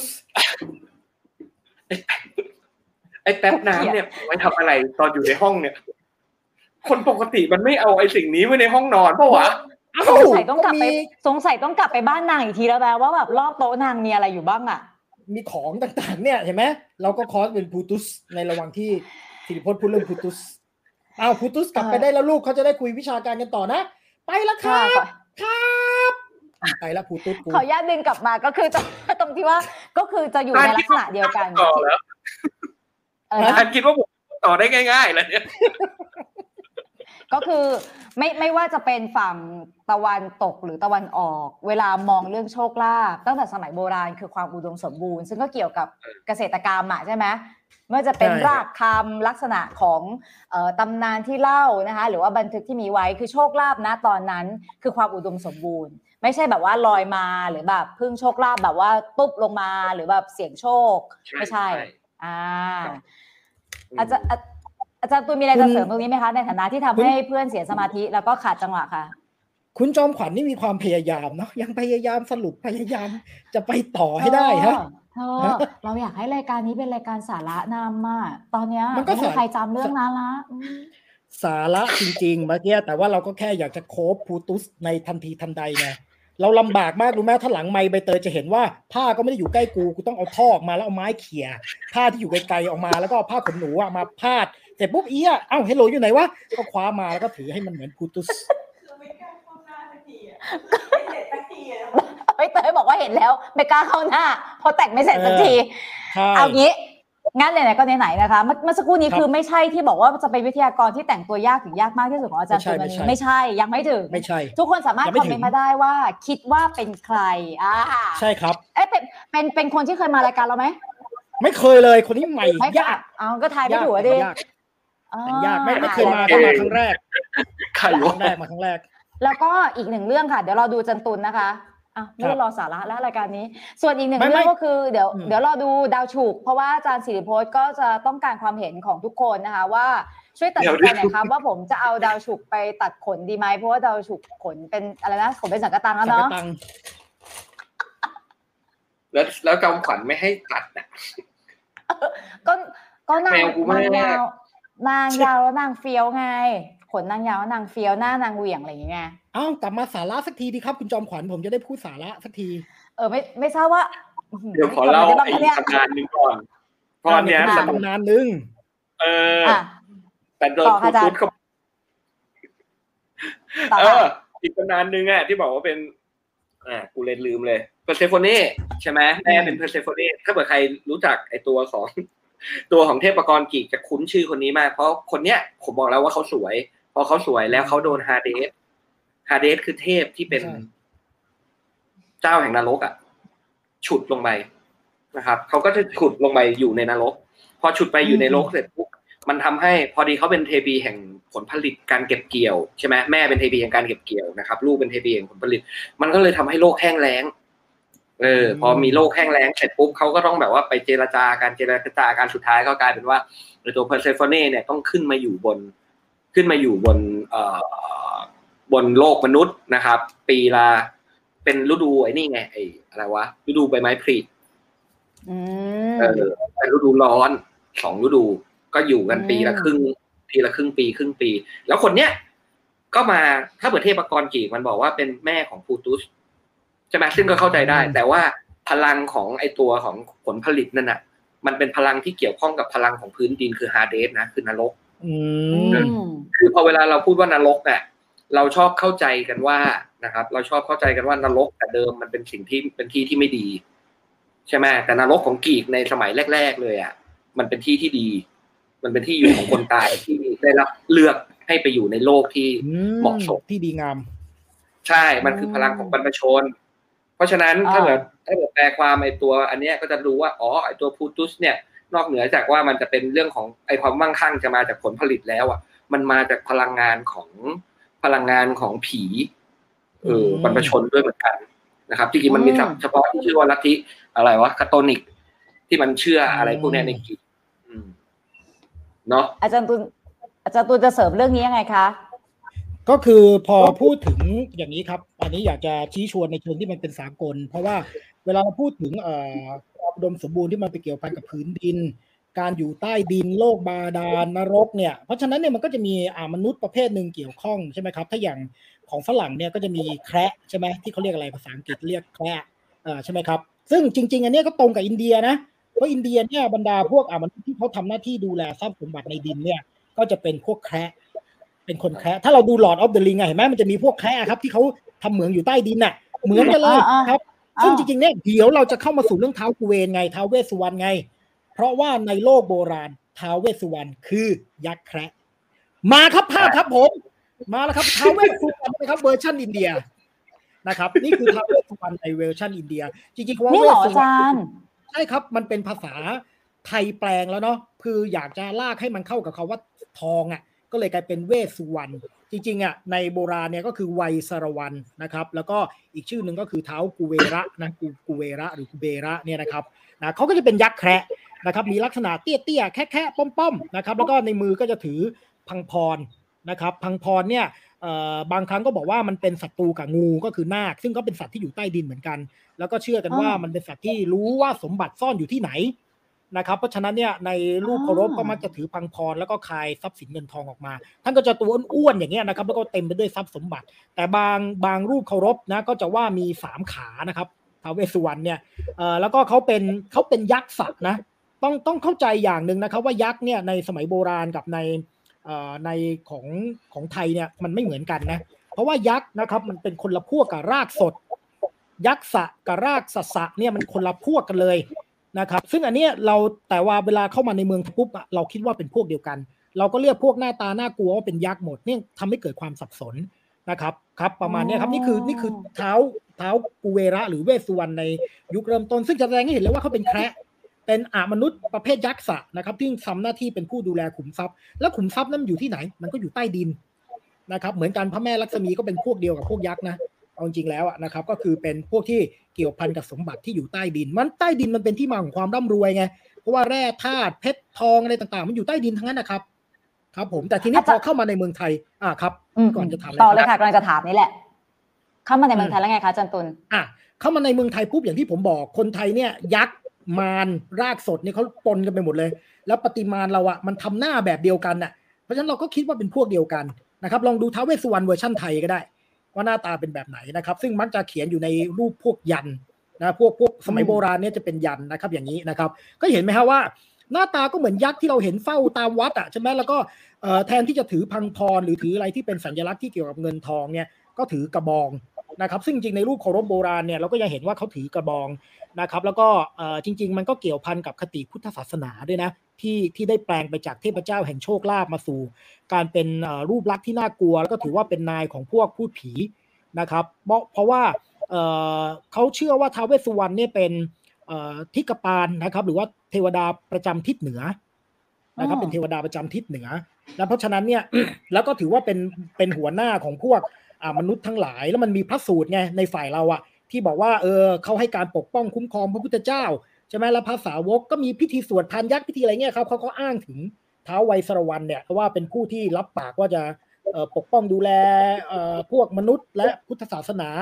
ไอ้แป๊บน้ำเนี่ยไว้ทำอะไรตอนอยู่ในห้องเนี่ยคนปกติมันไม่เอาไอ้สิ่งนี้ไว้ในห้องนอนเพราะวะสงสัยต้องกลับไปบ้านนางอีกทีแล้วแบบว่าแบบรอบโต๊ะนางมีอะไรอยู่บ้างอ่ะมีของต่างๆเนี่ยเห็นไหมเราก็คอสเป็นพูตุสในระหว่างที่ศิริพจน์พูดเรื่องพูตุสพูตุสกลับไปได้แล้วลูกเขาจะได้คุยวิชาการกันต่อนะไปแล้วครับไปแล้วพูตุสขออนุญาตดึงกลับมาก็คือตรงที่ว่าก็คือจะอยู่ในลักษณะเดียวกันท่านคิดว่าผมต่อได้ง่ายๆแล้วเนี่ยก็คือไม่ว่าจะเป็นฝั่งตะวันตกหรือตะวันออกเวลามองเรื่องโชคลาภตั้งแต่สมัยโบราณคือความอุดมสมบูรณ์ซึ่งก็เกี่ยวกับเกษตรกรรมใช่ไหมเมื่อจะเป็นรากคำลักษณะของตำนานที่เล่านะคะหรือว่าบันทึกที่มีไว้คือโชคลาภนะตอนนั้นคือความอุดมสมบูรณ์ไม่ใช่แบบว่าลอยมาหรือแบบพึ่งโชคลาภแบบว่าตุ๊บลงมาหรือแบบเสี่ยงโชคไม่ใช่อาจารย์ตูนมีอะไรจะเสริมตรงนี้ไหมคะในฐานะที่ทำให้เพื่อนเสียสมาธิแล้วก็ขาดจังหวะค่ะคุณจอมขวัญนี่มีความพยายามเนาะยังพยายามสรุปพยายามจะไปต่อให้ได้ฮะเราอยากให้รายการนี้เป็นรายการสาระนำมาตอนนี้มันก็ไม่มีใครจำเรื่องนั้นละสาระจริงๆเมื่อกี้แต่ว่าเราก็แค่อยากจะโคฟพูตุสในทันทีทันใดไงเราลำบากมากรู้ไหมถ้าหลังไมค์ใบเตยจะเห็นว่าผ้าก็ไม่ได้อยู่ใกล้กูต้องเอาท่อออกมาแล้วเอาไม้เขี่ยผ้าที่อยู่ไกลๆออกมาแล้วก็ผ้าขนหนูมาพาดเสร็จปุ๊บเอ้าเฮลโหลอยู่ไหนวะก็คว้ามาแล้วก็ถือให้มันเหมือนพูตุสใบเตยบอกว่าเห็นแล้วไม่กล้าเข้าหน้าเพราะแต่งไม่เสร็จสักทีเอางี้งั้นไหนๆก็ไหนๆนะคะเมื่อสักครู่นี้คือไม่ใช่ที่บอกว่าจะเป็นวิทยากรที่แต่งตัวยากถึงยากมากที่สุดของอาจารย์ตูนมันไม่ใช่ยังไม่ถึงไม่ใช่ทุกคนสามารถคอมเมนต์มาได้ว่าคิดว่าเป็นใครใช่ครับเป็นคนที่เคยมารายการเราไหมไม่เคยเลยคนนี้ใหม่ยากก็ทายไม่ถูกดิยากไม่เคยมาครั้งแรกใครวะมาครั้งแรกแล้วก็อีกหนึ่งเรื่องค่ะเดี๋ยวเราดูจันตุลนะคะไม่ได้รอสาระแล้วรายการนี้ส่วนอีกหนึ่งเรื่องก็คือเดี๋ยวรอดูดาวฉุกเพราะว่าอาจารย์ศิริพจน์ก็จะต้องการความเห็นของทุกคนนะคะว่าช่วยตัดสินใจหน่อยครับว่าผมจะเอาดาวฉุกไปตัดขนดีไหมเพราะว่าดาวฉุกขนเป็นอะไรนะขนเป็นสังกะตังแล้วเนาะแล้วจอมขวัญไม่ให้ตัดนะก็นางยาวนางยาวแล้วนางเฟี้ยวไงขนนางยาวนางเฟี้ยวหน้านางเหวี่ยงอะไรอย่างเงี้ยกลับมาสาระสักทีดีครับคุณจอมขวัญผมจะได้พูดสาระสักทีไม่ทราบว่าเดี๋ยวขอเล่าไอ้ตำนานนึงก่อนตอนเนี้ยตำนานนึงแต่โดนพูดเขาอีกตำนานนึงอ่ะที่บอกว่าเป็นกูเลยลืมเลยเพอร์เซโฟเน่ใช่ไหมแม่เป็นเพอร์เซโฟเน่ถ้าเกิดใครรู้จักไอ้ตัวของเทพกรกรีกจะคุ้นชื่อคนนี้มากเพราะคนเนี้ยผมบอกแล้วว่าเขาสวยพอเขาสวยแล้วเขาโดนฮาเดสคือเทพที่เป็นเจ้าแห่งนรกฉุดลงไปนะครับเขาก็จะฉุดลงไปอยู่ในนรกพอฉุดไปอยู่ในนรกเสร็จปุ๊บมันทำให้พอดีเขาเป็นเทพีแห่งผลผลิตการเก็บเกี่ยวใช่ไหมแม่เป็นเทพีแห่งการเก็บเกี่ยวนะครับลูกเป็นเทพีแห่งผลผลิตมันก็เลยทำให้โลกแห้งแล้งพอมีโลกแห้งแล้งเสร็จปุ๊บเขาก็ต้องแบบว่าไปเจรจาการสุดท้ายก็กลายเป็นว่าตัวเพอร์เซโฟเน่เนี่ยต้องขึ้นมาอยู่บนโลกมนุษย์นะครับปีละเป็นฤดูไอ้นี่ไงไอ้อะไรวะฤดูใบไม้ผลิเป็นฤดูร้อน2ฤดูก็อยู่กันปีละครึ่งปี แล้วคนเนี้ยก็มาถ้าเปิดเทพกรกรีกมันบอกว่าเป็นแม่ของพูตุสใช่ไหมซึ่งก็เข้าใจได้แต่ว่าพลังของไอตัวของผลผลิตนั่นน่ะมันเป็นพลังที่เกี่ยวข้องกับพลังของพื้นดินคือฮาเดสนะคือนรกคือพอเวลาเราพูดว่านรกเนี่ยเราชอบเข้าใจกันว่านะครับเราชอบเข้าใจกันว่านรกแต่เดิมมันเป็นสิ่งที่เป็นที่ที่ไม่ดีใช่ไหมแต่นรกของกรีกในสมัยแรกๆเลยอ่ะมันเป็นที่ที่ดีมันเป็นที่อยู่ของคนตายที่ได้รับเลือกให้ไปอยู่ในโลกที่เหมาะสมที่ดีงามใช่มันคือพลังของบรรพชนเพราะฉะนั้นถ้าเกิดแปลความไอตัวอันเนี้ยก็จะรู้ว่าอ๋อไอตัวพูตุสเนี่ยนอกเหนือจากว่ามันจะเป็นเรื่องของไอความมั่งคั่งจะมาจากผลผลิตแล้วอ่ะมันมาจากพลังงานของผีบรรพชนด้วยเหมือนกันนะครับจริงๆมันมีเฉพาะที่ชื่อว่าลัทธิอะไรวะคาทอลิกที่มันเชื่ออะไรพวกนี้ในกรีกเนาะอาจารย์ตุลจะเสริมเรื่องนี้ยังไงคะก็คือพอพูดถึงอย่างนี้ครับอันนี้อยากจะชี้ชวนในเชิงที่มันเป็นสากลเพราะว่าเวลาเราพูดถึงความอุดมสมบูรณ์ที่มันไปเกี่ยวพันกับพื้นดินการอยู่ใต้ดินโลกบาดาลนรกเนี่ยเพราะฉะนั้นเนี่ยมันก็จะมีมนุษย์ประเภทหนึ่งเกี่ยวข้องใช่ไหมครับถ้าอย่างของฝรั่งเนี่ยก็จะมีแคระใช่ไหมที่เขาเรียกอะไรภาษาอังกฤษเรียกแคระใช่ไหมครับซึ่งจริงๆอันนี้ก็ตรงกับอินเดียนะเพราะอินเดียเนี่ยบรรดาพวกมนุษย์ที่เขาทำหน้าที่ดูแลทรัพย์สมบัติในดินเนี่ยก็จะเป็นพวกแคระเป็นคนแคระถ้าเราดู Lord of the Ring เห็นไหมมันจะมีพวกแคระครับที่เขาทำเหมืองอยู่ใต้ดินน่ะเหมือนกันเลยครับซึ่งจริงๆเนี่ยเดี๋ยวเราจะเข้ามาสู่เรื่องท้าวกุเวนไงท้าวเวสสุวรรณไงเพราะว่าในโลกโบราณท้าวเวสสุวรรณคือยักษ์แคระมาครับภาพครับผมมาแล้วครับท้าวเวสสุวรรณนะครับเวอร์ชันอินเดียนะครับนี่คือท้าวเวสสุวรรณในเวอร์ชันอินเดียจริงๆว่าเวสสุวรรณใช่ครับมันเป็นภาษาไทยแปลงแล้วเนาะคืออยากจะลากให้มันเข้ากับคำว่าทองก็เลยกลายเป็นเวสสุวรรณจริงๆในโบราณเนี่ยก็คือไวยสรวรรณนะครับแล้วก็อีกชื่อหนึ่งก็คือท้าวกุเวระนะกุเวระหรือกุเบระเนี่ยนะครับนะเขาก็จะเป็นยักษ์แคระนะครับมีลักษณะเตี้ยๆแค่ป้อมๆนะครับแล้วก็ในมือก็จะถือพังพรนะครับพังพรเนี่ยบางครั้งก็บอกว่ามันเป็นศัตรูกับงูก็คือนาคซึ่งก็เป็นสัตว์ที่อยู่ใต้ดินเหมือนกันแล้วก็เชื่อกันว่ามันเป็นสัตว์ที่รู้ว่าสมบัติซ่อนอยู่ที่ไหนนะครับเพราะฉะนั้นเนี่ยในรูปเคารพก็มักจะถือพังพรแล้วก็คายทรัพย์สินเงินทองออกมาท่านก็จะตัวอ้วนๆอย่างเงี้ยนะครับแล้วก็เต็มไปด้วยทรัพย์สมบัติแต่บางรูปเคารพนะก็จะว่ามี3ขานะครับท้าวเวสสุวรรณเนี่ยแล้วก็เขาเป็นยักษ์สัตว์นะต้องเข้าใจอย่างนึงนะครับว่ายักษ์เนี่ยในสมัยโบราณกับในของไทยเนี่ยมันไม่เหมือนกันนะเพราะว่ายักษ์นะครับมันเป็นคนละพวกกับรากสดยักษ์สะกับรากสะเนี่ยมันคนละพวกกันเลยนะครับซึ่งอันนี้แต่ว่าเวลาเข้ามาในเมืองปุ๊บเราคิดว่าเป็นพวกเดียวกันเราก็เรียกพวกหน้าตาน่ากลัวว่าเป็นยักษ์หมดเนี่ยทำให้เกิดความสับสนนะครับประมาณนี้ครับนี่คือเท้ากุเวระหรือเวสสุวรรณในยุคเริ่มต้นซึ่งจะแสดงให้เห็นเลยว่าเขาเป็นแคระเป็นมนุษย์ประเภทยักษ์สะนะครับที่ทำหน้าที่เป็นผู้ดูแลขุมทรัพย์แล้วขุมทรัพย์นั้นอยู่ที่ไหนมันก็อยู่ใต้ดินนะครับเหมือนกันพระแม่ลักษมีก็เป็นพวกเดียวกับพวกยักษ์นะเอาจริงแล้วนะครับก็คือเป็นพวกที่เกี่ยวพันกับสมบัติที่อยู่ใต้ดินมันใต้ดินมันเป็นที่มาของความร่ำรวยไงเพราะว่าแร่ธาตุเพชรทองอะไรต่างๆมันอยู่ใต้ดินทั้งนั้นนะครับครับผมแต่ทีนี้พอเข้ามาในเมืองไทยครับก่อนจะถามต่อเลยค่ะกำลังจะถามนี่แหละเข้ามาในเมืองไทยแล้วไงคะอาจารย์ตุลเข้ามาในเมืองไทยปุ๊บอย่างที่ผมบอกคนไทยเนี่ยยักษ์มารรากสดเนี่ยเขาปนกันไปหมดเลยแล้วปฏิมารเรามันทำหน้าแบบเดียวกันเพราะฉะนั้นเราก็คิดว่าเป็นพวกเดียวกันนะครับลองดูท้าวเวสสุวรรณเวอร์ชั่นไทยก็ได้ว่าหน้าตาเป็นแบบไหนนะครับซึ่งมักจะเขียนอยู่ในรูปพวกยันนะพวกสมัยโบราณเนี่ยจะเป็นยันนะครับอย่างนี้นะครับก็เห็นไหมฮะว่าหน้าตาก็เหมือนยักษ์ที่เราเห็นเฝ้าตามวัดใช่ไหมแล้วก็แทนที่จะถือพังพรหรือถืออะไรที่เป็นสัญลักษณ์ที่เกี่ยวกับเงินทองเนี่ยก็ถือกระบองนะครับซึ่งจริงในรูปเคารพโบราณเนี่ยเราก็ยังเห็นว่าเขาถือกระบองนะครับแล้วก็จริงๆมันก็เกี่ยวพันกับคติพุทธศาสนาด้วยนะที่ได้แปลงไปจากเทพเจ้าแห่งโชคลาภมาสู่การเป็นรูปลักษณ์ที่น่ากลัวแล้วก็ถือว่าเป็นนายของพวกพูดผีนะครับเพราะว่าเขาเชื่อว่าท้าวเวสสุวรรณเนี่ยเป็นทิกปานนะครับหรือว่าเทวดาประจำทิศเหนือนะครับเป็นเทวดาประจำทิศเหนือแล้วเพราะฉะนั้นเนี่ย แล้วก็ถือว่าเป็นหัวหน้าของพวกมนุษย์ทั้งหลายแล้วมันมีพระสูตรไงในฝ่ายเราที่บอกว่าเขาให้การปกป้องคุ้มครองพระพุทธเจ้าใช่ไหมแล้วพระสาวกก็มีพิธีสวดพานยักษ์พิธีอะไรเงี้ยครับเขาอ้างถึงท้าวไวยสรวรรณเนี่ยว่าเป็นผู้ที่รับปากว่าจะปกป้องดูแลพวกมนุษย์และพุทธศาสนา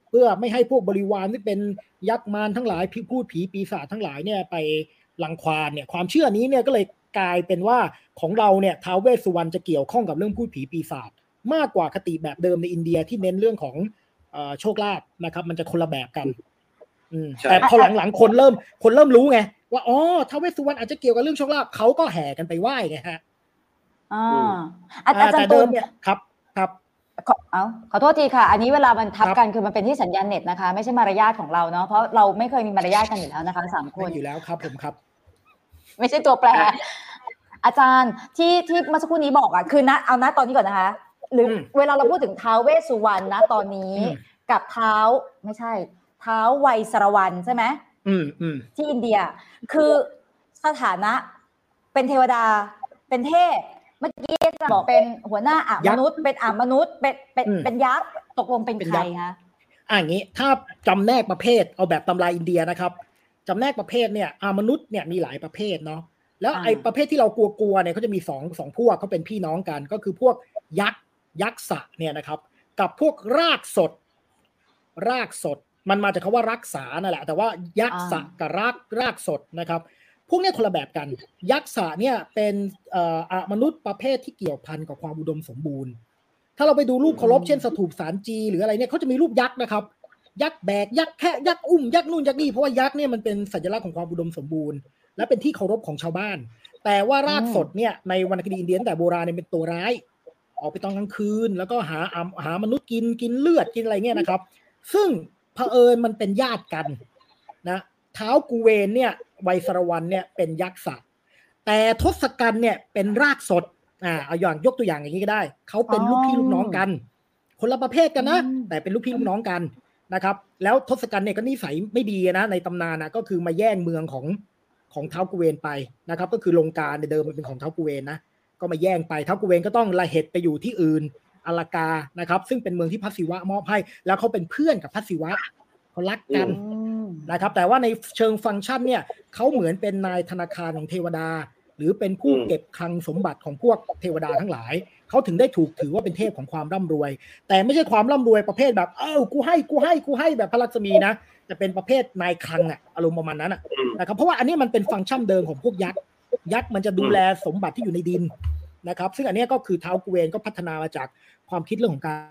เพื่อไม่ให้พวกบริวารที่เป็นยักษ์มารทั้งหลายพูดผีปีศาจทั้งหลายเนี่ยไปรังควานเนี่ยความเชื่อนี้เนี่ยก็เลยกลายเป็นว่าของเราเนี่ยท้าวเวสสุวรรณจะเกี่ยวข้องกับเรื่องพูดผีปีศาจมากกว่าคติแบบเดิมในอินเดียที่เน้นเรื่องของโชคลาภนะครับมันจะคนละแบบกันแต่พอหลังๆคนเริ่มรู้ไงว่าอ๋อท้าวเวสสุวรรณอาจจะเกี่ยวกับเรื่องโชคลาภเขาก็แห่กันไปไหว้ไงฮะอาจารย์ตูนเนี่ยครับขอโทษทีค่ะอันนี้เวลามันทับกันคือมันเป็นที่สัญญาณเน็ตนะคะไม่ใช่มารยาทของเราเนาะเพราะเราไม่เคยมีมารยาทกันอยู่แล้วนะคะ3คนอยู่แล้วครับผมครับไม่ใช่ตัวแปรอาจารย์ที่เมื่อสักครู่นี้บอกอ่ะคือเอาณตอนนี้ก่อนนะคะหรือเวลาเราพูดถึงท้าวเวสสุวรรณนะตอนนี้กับท้าวไม่ใช่ท้าวไวยสรวรรณใช่ไหมที่อินเดียคือสถานะเป็นเทวดาเป็นเทพเมื่อกี้จะบอกเป็นหัวหน้าอมนุษย์เป็นมนุษย์เป็นยักษ์ตกลงเป็นใครคะอย่างนี้ถ้าจำแนกประเภทเอาแบบตำราอินเดียนะครับจำแนกประเภทเนี่ยมนุษย์เนี่ยมีหลายประเภทเนาะแล้วไอ้ประเภทที่เรากลัวเนี่ยเขาจะมีสองพวกเขาเป็นพี่น้องกันก็คือพวกยักษ์เนี่ยนะครับกับพวกรากสดมันมาจากคำว่ารักษานั่นแหละแต่ว่ายักษ์กับรากสดนะครับพวกนี้คนละแบบกันยักษ์เนี่ยเป็นมนุษย์ประเภทที่เกี่ยวพันกับความอุดมสมบูรณ์ถ้าเราไปดูรูปเคารพเช่นสถูปสารจีหรืออะไรเนี่ยเขาจะมีรูปยักษ์นะครับยักษ์แบกยักษ์แค่ยักษ์อุ้มยักษ์นู่นยักษ์นี่เพราะว่ายักษ์เนี่ยมันเป็นสัญลักษณ์ของความอุดมสมบูรณ์และเป็นที่เคารพของชาวบ้านแต่ว่ารากสดเนี่ยในวรรณคดีอินเดียตั้งแต่โบราณเนี่ยเป็นตัวร้ายออกไปตอนกลางคืนแล้วก็หามนุษย์กินเลือดกินอะไรเงี้ยนะครับซึ่งเผอิญมันเป็นญาติกันนะท้าวกุเวนเนี่ยไวยสรวรรณเนี่ยเป็นยักษ์แต่ทศกัณฐ์เนี่ยเป็นรากสดเอาอย่างยกตัวอย่างอย่างนี้ก็ได้เขาเป็นลูกพี่ลูกน้องกันคนละประเภทกันนะแต่เป็นลูกพี่ลูกน้องกันนะครับแล้วทศกัณฐ์เนี่ยก็นิสัยไม่ดีนะในตำนานนะก็คือมาแย่งเมืองของท้าวกุเวนไปนะครับก็คือลงกาในเดิมมันเป็นของท้าวกุเวนนะก็มาแย่งไปท้าวกุเวนก็ต้องละเหตุไปอยู่ที่อื่นอลากานะครับซึ่งเป็นเมืองที่พระศิวะมอบให้แล้วเขาเป็นเพื่อนกับพระศิวะเขารักกันนะครับแต่ว่าในเชิงฟังก์ชันเนี่ยเขาเหมือนเป็นนายธนาคารของเทวดาหรือเป็นผู้เก็บคลังสมบัติของพวกเทวดาทั้งหลายเขาถึงได้ถูกถือว่าเป็นเทพของความร่ำรวยแต่ไม่ใช่ความร่ำรวยประเภทแบบกูให้แบบพระลักษมีนะจะเป็นประเภทนายคลังอารมณ์ประมาณนั้นนะครับเพราะว่าอันนี้มันเป็นฟังก์ชันเดิมของพวกยักษ์มันจะดูแลสมบัติที่อยู่ในดินนะครับซึ่งอันนี้ก็คือท้าวกุเวนก็พัฒนามาจากความคิดเรื่องของการ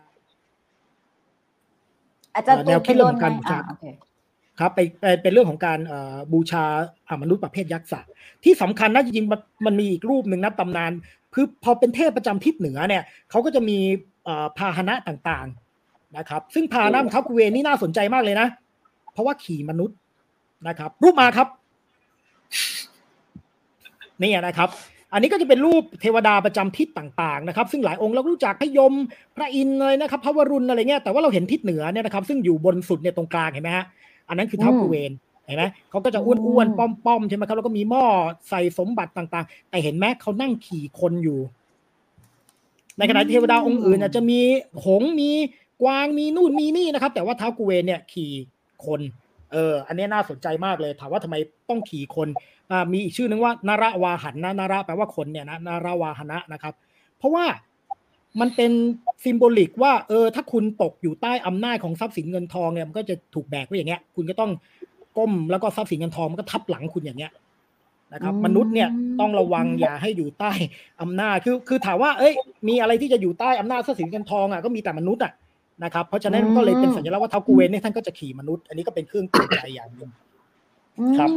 แนวคิดเรื่องของการบูชาครับเป็นเรื่องของการบูชามนุษย์ประเภทยักษ์ที่สำคัญนะจริงๆมันมีอีกรูปหนึ่งนะตำนานคือพอเป็นเทพประจำทิศเหนือเนี่ยเขาก็จะมีพาหนะต่างๆนะครับซึ่งพาหนะของท้าวกุเวนนี่น่าสนใจมากเลยนะเพราะว่าขี่มนุษย์นะครับรูปมาครับนี่นะครับอันนี้ก็จะเป็นรูปเทวดาประจำทิศต่างๆนะครับซึ่งหลายองค์เรารู้จักพยมพระอินทร์เลยนะครับพระวรุณอะไรเงี้ยแต่ว่าเราเห็นทิศเหนือเนี่ยนะครับซึ่งอยู่บนสุดเนี่ยตรงกลางเห็นไหมฮะอันนั้นคือท้าวกุเวนเห็นไหมเขาก็จะอ้วนๆป้อมๆใช่ไหมครับแล้วก็มีหม้อใส่สมบัติต่างๆแต่เห็นไหมเขานั่งขี่คนอยู่ในขณะที่เทวดาองค์อื่นอาจจะมีหงส์มีกวางมีนู่นมีนี่นะครับแต่ว่าท้าวกุเวนเนี่ยขี่คนอันนี้น่าสนใจมากเลยถามว่าทำไมต้องขี่คนมีอีกชื่อนึงว่านารวาหันนะนาระแปลว่าคนเนี่ยนะนารวาหนะนะครับเพราะว่ามันเป็นซิมโบลิกว่าถ้าคุณตกอยู่ใต้อำนาจของทรัพย์สินเงินทองเนี่ยมันก็จะถูกแบกไว้อย่างเงี้ยคุณก็ต้องก้มแล้วก็ทรัพย์สินเงินทองมันก็ทับหลังคุณอย่างเงี้ยนะครับมนุษย์เนี่ยต้องระวังอย่าให้อยู่ใต้อำนาจคือถามว่ามีอะไรที่จะอยู่ใต้อำนาจทรัพย์สินเงินทองก็มีแต่มนุษย์นะครับเพราะฉะนั้นก็เลยเป็นสัญลักษณ์ว่าท้าวกุเวนเนี่ยท่านก็จะขี่มนุษย์อันนี้ก็เป็นเครื่องเตือนใจอย่างนึงครับ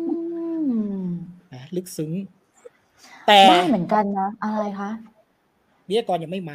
ลึกซึ้งแต่ได้เหมือนกันนะอะไรคะวิทยากรยังไม่มา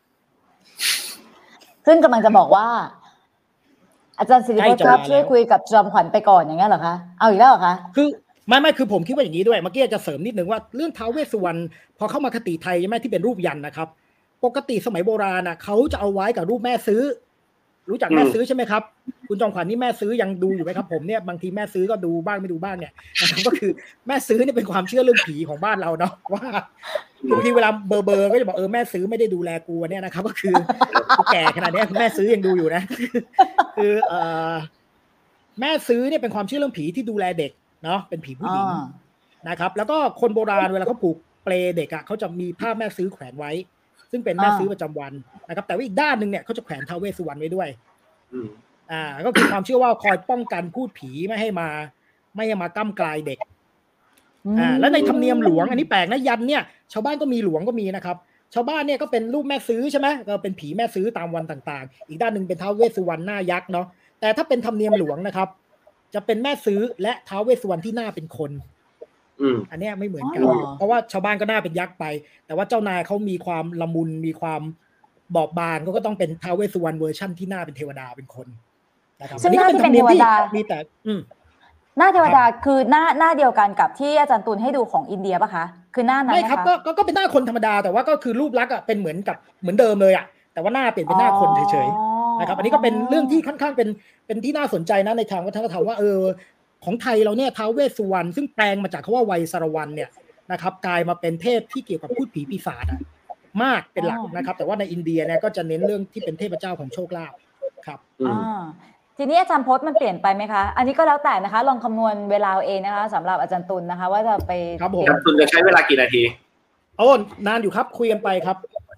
ซึ่งกำลังจะบอกว่าอาจารย์ศิริพจน์ครับช่วยคุยกับจอมขวัญไปก่อนอย่างเงี้ยเหรอคะเอาอีกแล้วเหรอคะคือไม่คือผมคิดว่าอย่างนี้ด้วยเมื่อกี้จะเสริมนิดนึงว่าเรื่องท้าวเวสสุวรรณพอเข้ามาคติไทยใช่ไหมที่เป็นรูปยันนะครับปกติสมัยโบราณเขาจะเอาไว้กับรูปแม่ซื้อรู้จักแม่ซื้อใช่ไหมครับคุณจอมขวัญนี่แม่ซื้อยังดูอยู่ไหมครับผมเนี่ยบางทีแม่ซื้อก็ดูบ้างไม่ดูบ้างเนี่ยนะครับก็คือแม่ซื้อนี่เป็นความเชื่อเรื่องผีของบ้านเราเนาะว่าบางทีเวลาเบอร์ก็จะบอกแม่ซื้อไม่ได้ดูแลกูเนี่ยนะครับก็คือแก่ขนาดนี้แม่ซื้อยังดูอยู่นะคือแม่ซื้อเนี่ยเป็นความเชื่อเรื่องผีที่ดูแลเด็กเนาะเป็นผีผู้หญิงนะครับแล้วก็คนโบราณเวลาเขาผูกเปลเด็กเขาจะมีภาพแม่ซื้อแขวนไว้ซึ่งเป็นแม่ซื้อประจำวันนะครับแต่ว่าอีกด้านนึงเนี่ยเขาจะแขวนท้าวเวสสุวรรณไว้ด้วยก็คือความเชื่อว่าคอยป้องกันพูดผีไม่ให้มาก้ำกลายเด็กแล้วในธรรมเนียมหลวงอันนี้แปลกนะยันเนี่ยชาวบ้านก็มีหลวงก็มีนะครับชาวบ้านเนี่ยก็เป็นรูปแม่ซื้อใช่ไหมก็เป็นผีแม่ซื้อตามวันต่างๆอีกด้านหนึ่งเป็นท้าวเวสสุวรรณหน้ายักษ์เนาะแต่ถ้าเป็นธรรมเนียมหลวงนะครับจะเป็นแม่ซื้อและท้าวเวสสุวรรณที่หน้าเป็นคนอันนี้ไม่เหมือนกันเพราะว่าชาวบ้านก็หน้าเป็นยักษ์ไปแต่ว่าเจ้านายเขามีความละมุนมีความบอบบางก็ต้องเป็นท้าวเวสสุวรรณเวอร์ชั่นที่หน้าเป็นเทวดาเป็นคนนะครับอันนี้ก็เป็นธรรมเนียมที่มีแต่หน้าเทวดาคือหน้าเดียวกันกับที่อาจารย์ตูนให้ดูของอินเดียป่ะคะคือหน้านั้นไหมคะไม่ครับก็เป็นหน้าคนธรรมดาแต่ว่าก็คือรูปลักษณ์เป็นเหมือนเดิมเลยแต่ว่าหน้าเปลี่ยนเป็นหน้าคนเฉยๆนะครับอันนี้ก็เป็นเรื่องที่ค่อนข้างเป็นที่น่าสนใจนะในทางวัฒนธรรมว่าของไทยเราเนี่ยท้าวเวสสุวรรณซึ่งแปลงมาจากคำว่าไวยสรวรรณเนี่ยนะครับกลายมาเป็นเทพที่เกี่ยวกับพูดผีปีศาจมากเป็นหลักนะครับแต่ว่าในอินเดียเนี่ยก็จะเน้นเรื่องที่เป็นเทพเจ้าของโชคลาภครับทีนี้อาจารย์พจน์มันเปลี่ยนไปไหมคะอันนี้ก็แล้วแต่นะคะลองคำนวณเวลาเองนะคะสำหรับอาจารย์ตุลนะคะว่าจะไปครับผมอาจารย์ตุลจะใช้เวลากี่นาทีนานอยู่ครับคุยกันไปครับ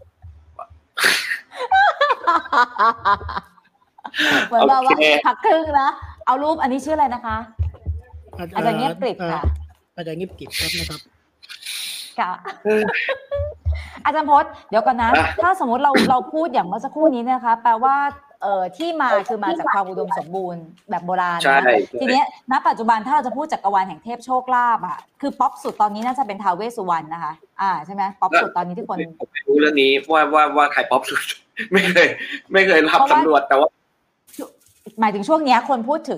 เหมือนแบบว่าพักครึ่งนะเอารูปอันนี้ชื่ออะไรนะคะอาจารย์เงียบกริบค่ะอาจารย์เงียบกริบครับนะครับค่ะอาจารย์พจน์เดี๋ยวก่อนนะถ้าสมมติเราพูดอย่างเมื่อสักครู่นี้นะคะแปลว่าที่มาคือมาจากความอุดมสมบูรณ์แบบโบราณนะทีนี้ณปัจจุบันถ้าเราจะพูดจักรวาลแห่งเทพโชคลาภคือป๊อปสุดตอนนี้น่าจะเป็นท้าวเวสสุวรรณนะคะใช่ไหมป๊อปสุดตอนนี้ที่คนผมไม่รู้เรื่องนี้ว่าใครป๊อปสุดไม่เคยรับสำรวจแต่ว่าหมายถึงช่วงนี้คนพูดถึง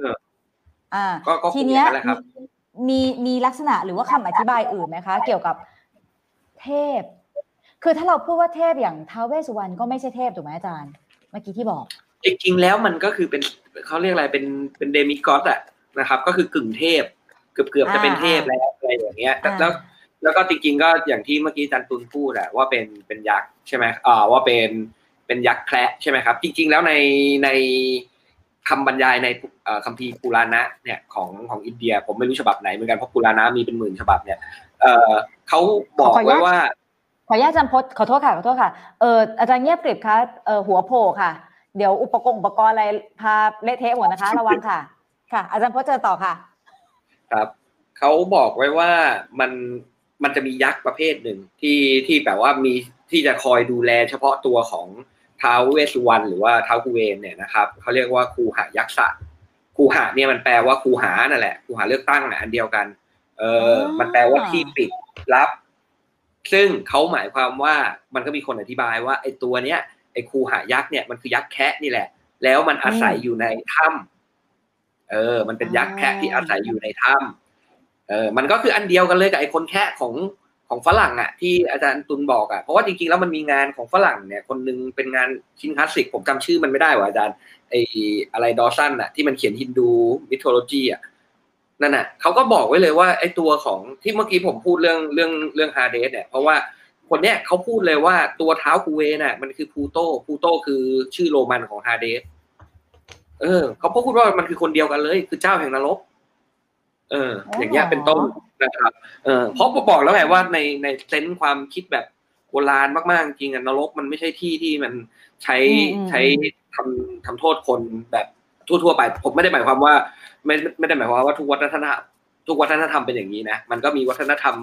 ทีนี้มีลักษณะหรือว่าคำอธิบายอื่นไหมคะเกี่ยวกับเทพคือถ้าเราพูดว่าเทพอย่างท้าวเวสสุวรรณก็ไม่ใช่เทพถูกไหมอาจารย์เมื่อกี้ที่บอกจริงๆแล้วมันก็คือเป็นเขาเรียกอะไรเป็นเดมิกอสนะครับก็คือกึ่งเทพเกือบจะเป็นเทพแล้วอะไรอย่างเงี้ยแล้วก็จริงๆก็อย่างที่เมื่อกี้อาจารย์ตุลพูดว่าเป็นยักษ์ใช่ไหมว่าเป็นยักษ์แคระใช่ไหมครับจริงๆแล้วในคำบรรยายในคัมภีร์ปุราณะเนี่ยของอินเดียผมไม่รู้ฉบับไหนเหมือนกันเพราะปุราณะมีเป็นหมื่นฉบับเนี่ยเขาบอกไว้ว่าขออนุญาตอาจารย์พจน์ขอโทษค่ะอาจารย์เงียบกริบคะหัวโผล่ค่ะเดี๋ยวอุปกรณ์อะไรพาเละเทะหมดนะคะระวังค่ะอาจารย์พจน์เจอต่อค่ะครับเขาบอกไว้ว่ามันจะมียักษ์ประเภทหนึ่งที่แบบว่ามีที่จะคอยดูแลเฉพาะตัวของท้าวเวสสุวรรณหรือว่าท้าวกุเวนเนี่ยนะครับเขาเรียกว่าคูหายักษ์คูหาเนี่ยมันแปลว่าคูหานั่นแหละคูหาเลือกตั้งอันเดียวกันมันแปลว่าที่ปิดลับซึ่งเขาหมายความว่ามันก็มีคนอธิบายว่าไอ้ตัวเนี้ยไอ้คูหายักษ์เนี่ยมันคือยักษ์แคะนี่แหละแล้วมันอาศัยอยู่ในถ้ำมันเป็นยักษ์แคะที่อาศัยอยู่ในถ้ำมันก็คืออันเดียวกันเลยกับไอ้คนแคะของฝรั่งที่อาจารย์ตุลบอกเพราะว่าจริงๆแล้วมันมีงานของฝรั่งเนี่ยคนนึงเป็นงานชิ้นคลาสสิกผมจำชื่อมันไม่ได้ว่ะอาจารย์ไอ้อะไรดอสันที่มันเขียนฮินดูมิโทโลจีนั่นเขาก็บอกไว้เลยว่าไอ้ตัวของที่เมื่อกี้ผมพูดเรื่องฮาเดสเนี่ยเพราะว่าคนเนี้ยเขาพูดเลยว่าตัวท้าวกูเวนมันคือพูโตคือชื่อโรมันของฮาเดสเขาพูดว่ามันคือคนเดียวกันเลยคือเจ้าแห่งนรกอย่างเงี้ยเป็นต้นนะครับเพราะบอกแล้วไงว่าในเซนส์ความคิดแบบโบราณมากๆจริงนรกมันไม่ใช่ที่มันใช้ทำโทษคนแบบทั่วๆไปผมไม่ได้หมายความว่าไม่ได้หมายความว่าทุกวัฒนธรรมเป็นอย่างนี้นะมันก็มีวัฒนธรรม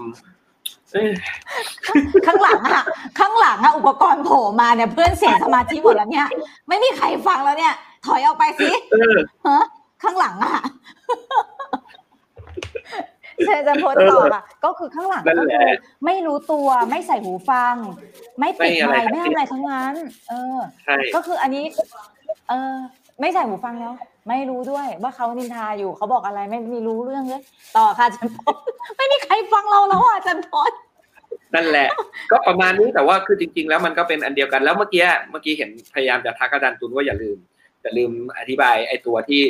ข้างหลังอุปกรณ์โผล่มาเนี่ยเพื่อนเสียสมาธิหมดแล้วเนี่ยไม่มีใครฟังแล้วเนี่ยถอยออกไปสิข้างหลังเชิญจะโพสต่อค่ะก็คือข้างหลังก็คือไม่รู้ตัวไม่ใส่หูฟังไม่ปิดไมค์ไม่ทำอะไรทั้งนั้นก็คืออันนี้ไม่ใส่หูฟังแล้วไม่รู้ด้วยว่าเขานินทาอยู่เขาบอกอะไรไม่มีรู้เรื่องเลยต่อค่ะอาจารย์พจน์ไม่มีใครฟังเราแล้วอาจารย์พจน์นั่นแหละก็ประมาณนี้แต่ว่าคือจริงๆแล้วมันก็เป็นอันเดียวกันแล้วเมื่อกี้เห็นพยายามจะทักอาจารย์ตุลว่าอย่าลืมอธิบายไอ้ตัวที่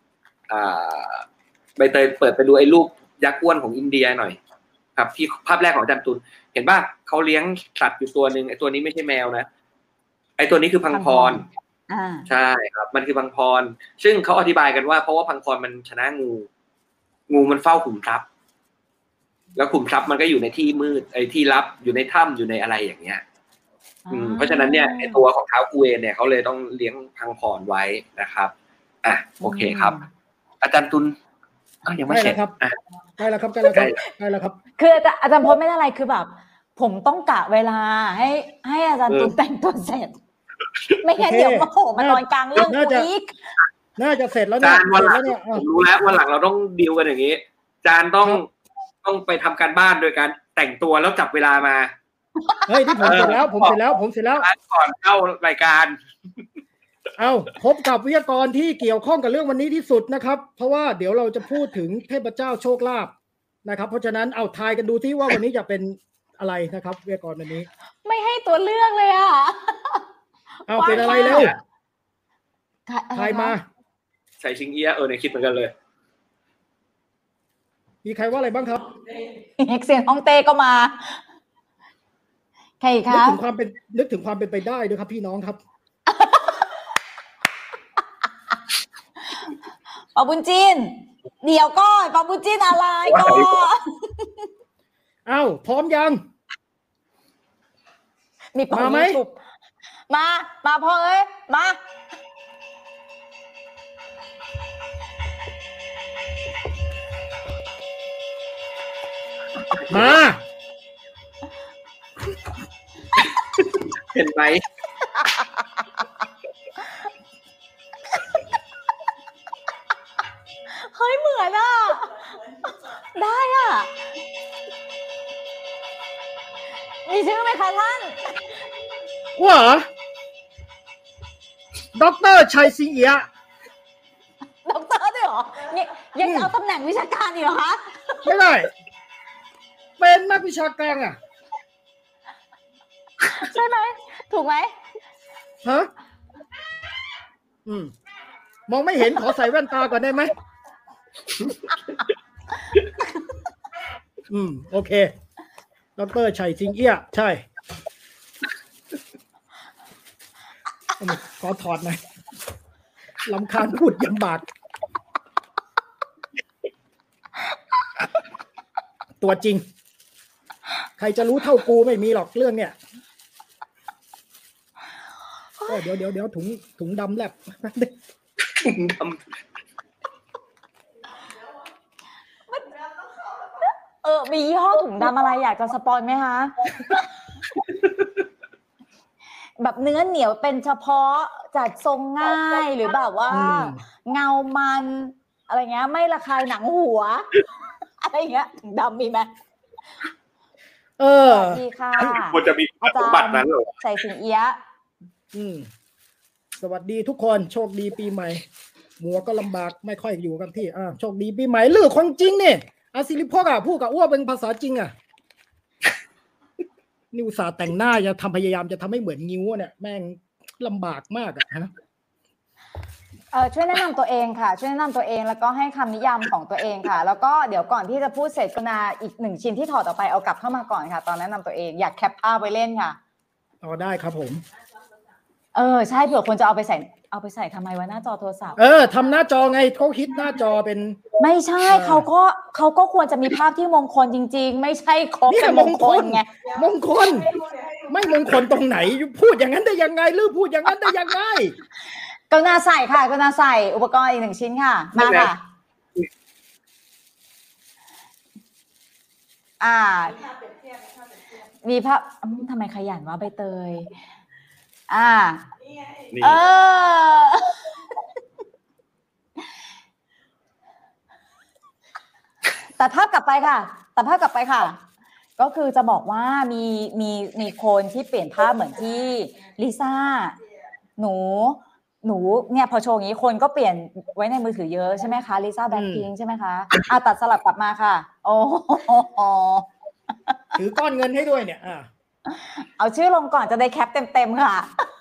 ใบเตยเปิดไปดูไอ้รูปยักษ์อ้วนของอินเดียหน่อยครับที่ภาพแรกของอาจารย์ตุลเห็นป่ะเขาเลี้ยงสัตว์อยู่ตัวนึงไอ้ตัวนี้ไม่ใช่แมวนะไอ้ตัวนี้คือพังพรใช่ครับมันคือพังพรซึ่งเขาอธิบายกันว่าเพราะว่าพังพรมันชนะงูมันเฝ้าขุมทรัพย์แล้วขุมทรัพย์มันก็อยู่ในที่มืดไอ้ที่ลับอยู่ในถ้ำอยู่ในอะไรอย่างเงี้ยเพราะฉะนั้นเนี่ยไอ้ตัวของท้าวกุเวนเนี่ยเขาเลยต้องเลี้ยงพังพรไว้นะครับโอเคครับ อาจารย์ตุลยังไม่เสร็จใกล้แล้วครับใกล้แล้วครับคืออาจารย์พจน์ไม่ได้อะไรคือแบบผมต้องกะเวลาให้อาจารย์ตุลแต่งตัวเสร็จไม่งั้นเดี๋ยวมาโผล่มาตอนกลางเรื่องกูอีกน่าจะเสร็จแล้วจานวันหลังผมรู้แล้ววันหลังเราต้องดีลกันอย่างนี้จานต้องไปทำการบ้านโดยการแต่งตัวแล้วจับเวลามาเฮ้ยที่ผมเสร็จแล้วก่อนเข้ารายการพบกับวิทยากรที่เกี่ยวข้องกับเรื่องวันนี้ที่สุดนะครับเพราะว่าเดี๋ยวเราจะพูดถึงเทพเจ้าโชคลาภนะครับเพราะฉะนั้นเอาทายกันดูที่ว่าวันนี้จะเป็นอะไรนะครับวิทยากรวันนี้ไม่ให้ตัวเลือกเลยอ่ะเป็นอะไรเร็วทายมาใส่ซิงเอียในคิดเหมือนกันเลยมีใครว่าอะไรบ้างครับเสียงฮ่องเต้ก็มาใครครับนึกถึงความเป็นไปได้ด้วยครับพี่น้องครับปาบุญจินเดี๋ยวก่อนปาบุญจินอะไรก่อนพร้อมยังมีปาไหมมาพ่อเอ้ยมาเห็นไหมเฮ้ยเหมือนอ่ะได้อ่ะมีชื่อไหมคะท่านว่าด็อกเตอร์ชัยซิงเอียด็อกเตอร์ด้วยเหรอยังจะเอาตำแหน่งวิชาการอีกเหรอคะไม่ได้เป็นนักวิชาการอ่ะใช่ไหมถูกไหมฮะมองไม่เห็นขอใส่แว่นตาก่อนได้ไหมโอเคดร.ชัยซิงเอี้ยใช่ขอถอดหน่อยลำคาญพูดยำบากตัวจริงใครจะรู้เท่ากูไม่มีหรอกเรื่องเนี่ยเดี๋ยวถุงดำแลบมียี่ห้อถุงดำอะไรอยากจะสปอยไหมคะแบบเนื้อเหนียวเป็นเฉพาะจัดทรงง่ายหรือแบบว่าเงามันอะไรเงี้ยไม่ระคายหนังหัวอะไรเงี้ยถุงดำมีไหมดีค่ะควรจะมีสมบัตินั้นเหรอใส่สิงเอี้ยสวัสดีทุกคนโชคดีปีใหม่หมัวก็ลำบากไม่ค่อยอยู่กันที่โชคดีปีใหม่ลือคนจริงเนี่ยศิริพกพูดกับอ้วเป็นภาษาจริงนิวสาแต่งหน้าจะพยายามจะทำให้เหมือนงิ้วเนี่ยแม่งลำบากมากฮะช่วยแนะนำตัวเองค่ะช่วยแนะนำตัวเองแล้วก็ให้คำนิยามของตัวเองค่ะแล้วก็เดี๋ยวก่อนที่จะพูดเสร็จกรุณาอีก1ชิ้นที่ถอดออกไปเอากลับเข้ามาก่อนค่ะตอนแนะนำตัวเองอยากแคปภาพไว้เล่นค่ะได้ครับผมใช่เผื่อคนจะเอาไปใส่ทำไมวะหน้าจอโทรศัพท์ทำหน้าจอไงเขาคิดหน้าจอเป็นไม่ใช่เขาก็ควรจะมีภาพที่มงคลจริงๆไม่ใช่ครบเป็นมงคลไงมงคลไม่มงคลตรงไหนพูดอย่างนั้นได้ยังไงหรือพูดอย่างนั้นได้ยังไงกรุณาใส่ค่ะกรุณาใส่อุปกรณ์อีก1ชิ้นค่ะมาค่ะมีภาพทำไมขยันวะใบเตยตัดภาพกลับไปค่ะก็คือจะบอกว่ามีคนที่เปลี่ยนภาพเหมือนที่ลิซ่าหนูเนี่ยพอโชว์อย่างนี้คนก็เปลี่ยนไว้ในมือถือเยอะใช่ไหมคะลิซ่าแบล็คพิงค์ใช่ไหมคะตัดสลับกลับมาค่ะโอ้ถือก้อนเงินให้ด้วยเนี่ยเอาชื่อลงก่อนจะได้แคปเต็มค่ะ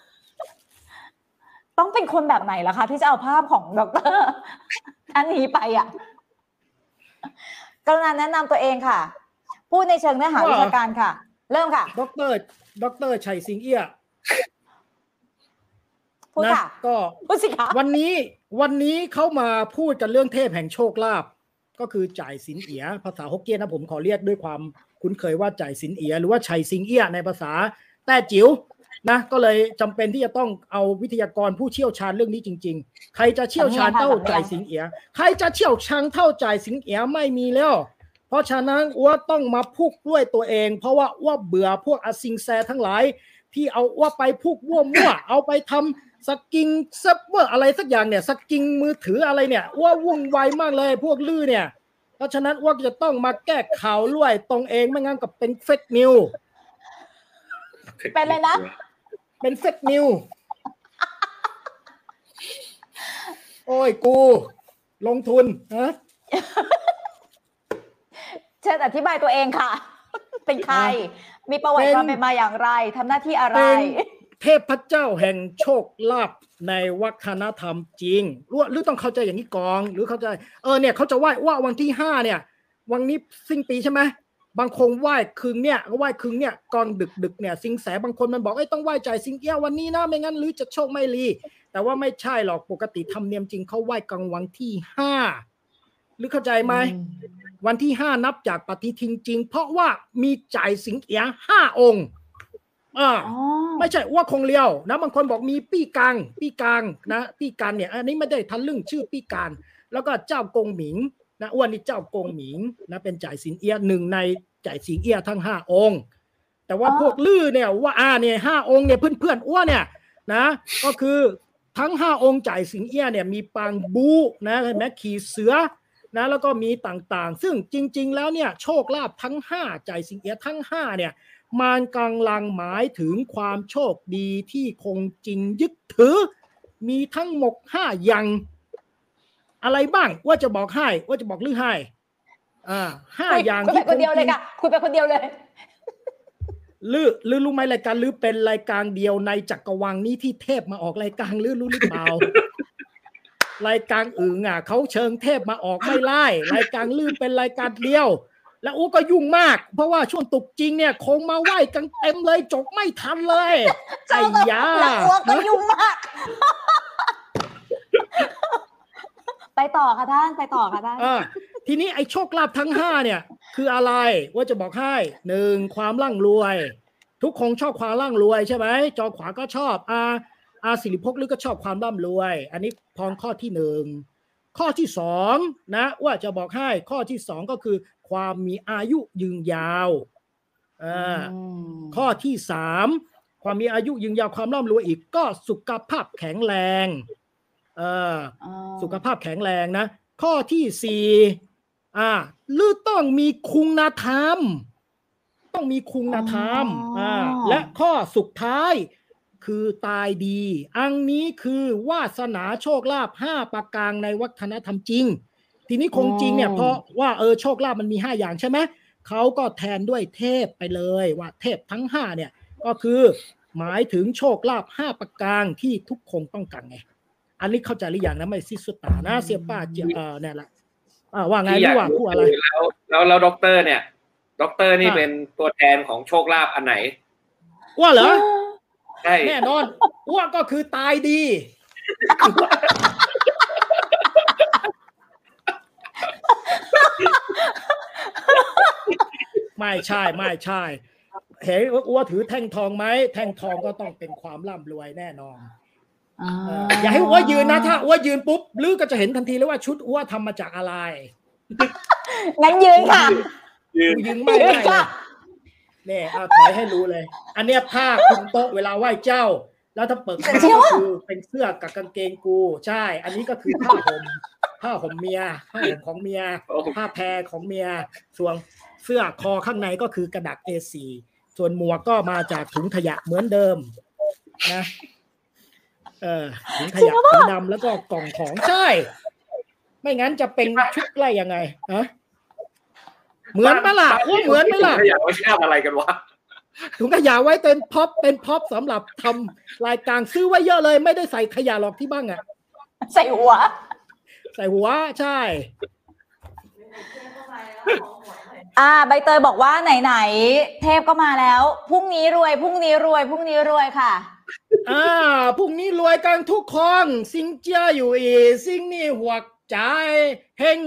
ต้องเป็นคนแบบไหนล่ะคะที่จะเอาภาพของดร.ท่านนี้ไปกรุณาแนะนำตัวเองค่ะพูดในเชิงเนื้อหาวิชาการค่ะเริ่มค่ะดร.ชัยซิงเอี้ยพูดค่ะก็พูดสิคะวันนี้เข้ามาพูดกันเรื่องเทพแห่งโชคลาภก็คือจ่ายสินเอียภาษาฮกเกี้ยนนะผมขอเรียกด้วยความคุ้นเคยว่าจ่ายสินเอียหรือว่าชัยซิงเอี้ยในภาษาแต้จิ๋วนะก็เลยจำเป็นที่จะต้องเอาวิทยากรผู้เชี่ยวชาญเรื่องนี้จริงๆใครจะเชี่ยวชาญเท่าจ่ายสิงเอียใครจะเชี่ยวชาญเท่าจ่ายสิงเอียไม่มีแล้วเพราะฉะนั้นอ้วต้องมาพูดด้วยตัวเองเพราะว่าอ้วเบื่อพวกอซิงแซทั้งหลายที่เอาอ้วไปพูดมั่วๆเอาไปทำสกิงเซิร์ฟเวอร์อะไรสักอย่างเนี่ยสกิงมือถืออะไรเนี่ยอ้ววุ่นวายมากเลยพวกลือเนี่ยเพราะฉะนั้นอ้วจะต้องมาแก้ข่าวล้วยตรงเองไม่งั้นก็เป็นเฟกนิวเป็นเลยนะเป็นเฟกนิวโอ้ยกูลงทุนฮะเชิญอธิบายตัวเองค่ะ เป็นใครมีประวัติความเป็นมาอย่างไรทำหน้าที่อะไรเทพเจ้าแห่งโชคลาภในวัฒนธรรมจริงหรือต้องเข้าใจอย่างนี้กองหรือเข้าใจเนี่ยเขาจะไหว้ว่าวันที่5เนี่ยวันนี้สิ้นปีใช่ไหมบางคนไหว้คืนเนี่ยไหว้คืนเนี่ยก่อนดึกเนี่ยสิงแสบางคนมันบอกต้องไหว้จ่ายสิงเอี้ยวันนี้นะไม่งั้นหรือจะโชคไม่ดีแต่ว่าไม่ใช่หรอกปกติธรรมเนียมจริงเขาไหว้กลางวันที่5หรือเข้าใจไหมวันที่5นับจากปฏิทินจริงเพราะว่ามีจ่ายสิงเอี้ย5องค์ไม่ใช่ว่าคงเลียวนะบางคนบอกมีปี้กังนะปี้กังเนี่ยอันนี้ไม่ได้ทันเรื่องชื่อปี้กังแล้วก็เจ้ากงหมิงนะอ้วนนี่เจ้ากงหมิงนะเป็นจ่ายสิงเอี้ยหนึ่งในจ่ายสิงเอี้ยทั้ง5องค์แต่ว่าพวกลือเนี่ยว่าเนี่ย5องค์เนี่ยเพื่อนอ้วนเนี่ยนะก็คือทั้ง5องค์จ่ายสิงเอี้ยเนี่ยมีปางบูนะเห็นไหมขี่เสือนะแล้วก็มีต่างๆซึ่งจริงๆแล้วเนี่ยโชคลาภทั้ง5จ่ายสิงเอี้ยทั้ง5เนี่ยมันกำลังหมายถึงความโชคดีที่คงจริงยึดถือมีทั้งหมด5อย่างอะไรบ้างว่าจะบอกให้ว่าจะบอกลือให้5อย่างคุณไปคนเดียวเลยค่ะคุณไปคนเดียวเลยลือรู้ไหมรายการลือเป็นรายการเดียวในจักรวาลนี้ที่เทพมาออกรายการลือรู้หรือเปล่ารายการอื่นเขาเชิญเทพมาออกไม่ไล่รายการลือเป็นรายการเดียวแล้วอู้ก็ยุ่งมากเพราะว่าช่วงตุกจริงเนี่ยคงมาไหว้กันเต็มเลยจบไม่ทันเลยไอ้ยาแล้วอู้ก็ยุ่งมากไปต่อค่ะท่านทีนี้ไอ้โชคลาภทั้ง5เนี่ยคืออะไรว่าจะบอกให้1ความร่ำรวยทุกคนชอบความร่ำรวยใช่ไหมจอขวาก็ชอบสิริพกษ์หรือก็ชอบความร่ำรวยอันนี้พรข้อที่1ข้อที่2นะว่าจะบอกให้ข้อที่2ก็คือความมีอายุยืนยาวข้อที่3ความมีอายุยืนยาวความร่ำรวยอีกก็สุขภาพแข็งแรงสุขภาพแข็งแรงนะข้อที่4หรือต้องมีคุณธรรมและข้อสุดท้ายคือตายดีอันนี้คือวาสนาโชคลาภ5ประการในวัฒนธรรมจริงทีนี้คงจริงเนี่ยเพราะว่าโชคลาภมันมี5อย่างใช่ไหมเขาก็แทนด้วยเทพไปเลยว่าเทพทั้ง5เนี่ยก็คือหมายถึงโชคลาภ5ประการที่ทุกคนต้องการไงอันนี้เข้าใจหรือยังนะไม่ซิสุตานะเสียป้าเนี่ยแหละว่าไงรู้ว่าพูดอะไรแล้วด็อกเตอร์เนี่ยด็อกเตอร์นี่เป็นตัวแทนของโชคลาภอันไหนว่าเหรอใช่แน่นอนว่าก็คือตายดีไม่ใช่เห็นว่าถือแท่งทองไหมแท่งทองก็ต้องเป็นความร่ำรวยแน่นอนอย่าให้อ้วยืนนะถ้าอ้วยืนปุ๊บลือก็จะเห็นทันทีเลยว่าชุดอ้วทำมาจากอะไรงั้นยืนค่ะยืนไม่ได้เลยเนี่ยถอยให้รู้เลยอันเนี้ยผ้าคลุมโต๊ะเวลาไหว้เจ้าแล้วถ้าเปิดก็คือเป็นเสื้อกับกางเกงกูใช่อันนี้ก็คือผ้าห่มเมียผ้าห่มของเมียผ้าแพรของเมียส่วนเสื้อคอข้างในก็คือกระดาษ A4 ส่วนหมวกก็มาจากถุงขยะเหมือนเดิมนะถุงขยะสีดำแล้วก็กล่องของใช่ไม่งั้นจะเป็นชุดไล่ยังไงฮะเหมือนไหมล่ะเหมือนไหมล่ะถุงขยะไว้แช่อะไรกันวะถุงขยะไว้เป็นพ็อปสำหรับทำรายการซื้อไว้เยอะเลยไม่ได้ใส่ขยะหรอกที่บ้านอ่ะใส่หัวใช่ใบเตยบอกว่าไหนเทพก็มาแล้วพรุ่งนี้รวยพรุ่งนี้รวยค่ะพรุ่งนี้รวยกันทุกคนซิงเจียอยู่อีซิงนี่หัวใจเฮง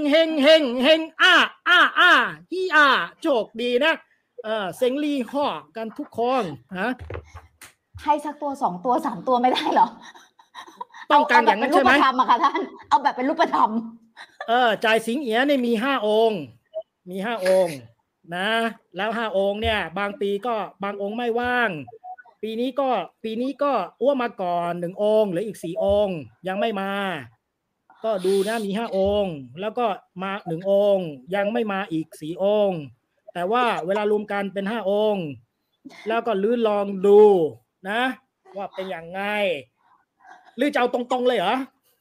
ฮีโชคดีนะเซ็งลี่ห่อกันทุกคนฮะให้สักตัว2ตัว3ตัวไม่ได้เหรอต้องการอย่างนั้นใช่ไหมเแบบเป็นรูปธรรมอะค่ะท่านเอาแบบเป็นรูปธรรมจ่ายสิงเอียะเนี่ยมี5 องค์มี5 องค์นะแล้ว5 องค์เนี่ยบางปีก็บางองค์ไม่ว่างปีนี้ก็อ้วมาก่อน1 องค์เหลืออีก4 องค์ยังไม่มาก็ดูนะมี5 องค์แล้วก็มา1 องค์ยังไม่มาอีก4 องค์แต่ว่าเวลารวมกันเป็น5 องค์แล้วก็ลื้อลองดูนะว่าเป็นอย่างไงหรือจะเอาตรงๆเลยเหรอ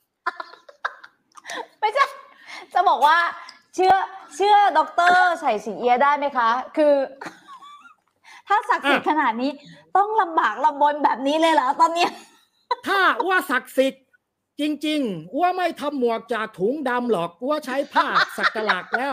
ไม่ใช่จะบอกว่าเชื่อดร.ไฉสิงเอียะได้ไหมคะคือ ถ้าศักดิ์สิทธิ์ขนาดนี้ต้องลำบากลำบนแบบนี้เลยเหรอตอนเนี้ยถ้าว่าศักดิ์สิทธิ์จริงๆว่าไม่ทำหมวกจากถุงดำหรอกว่าใช้ผ้าสักหลักแล้ว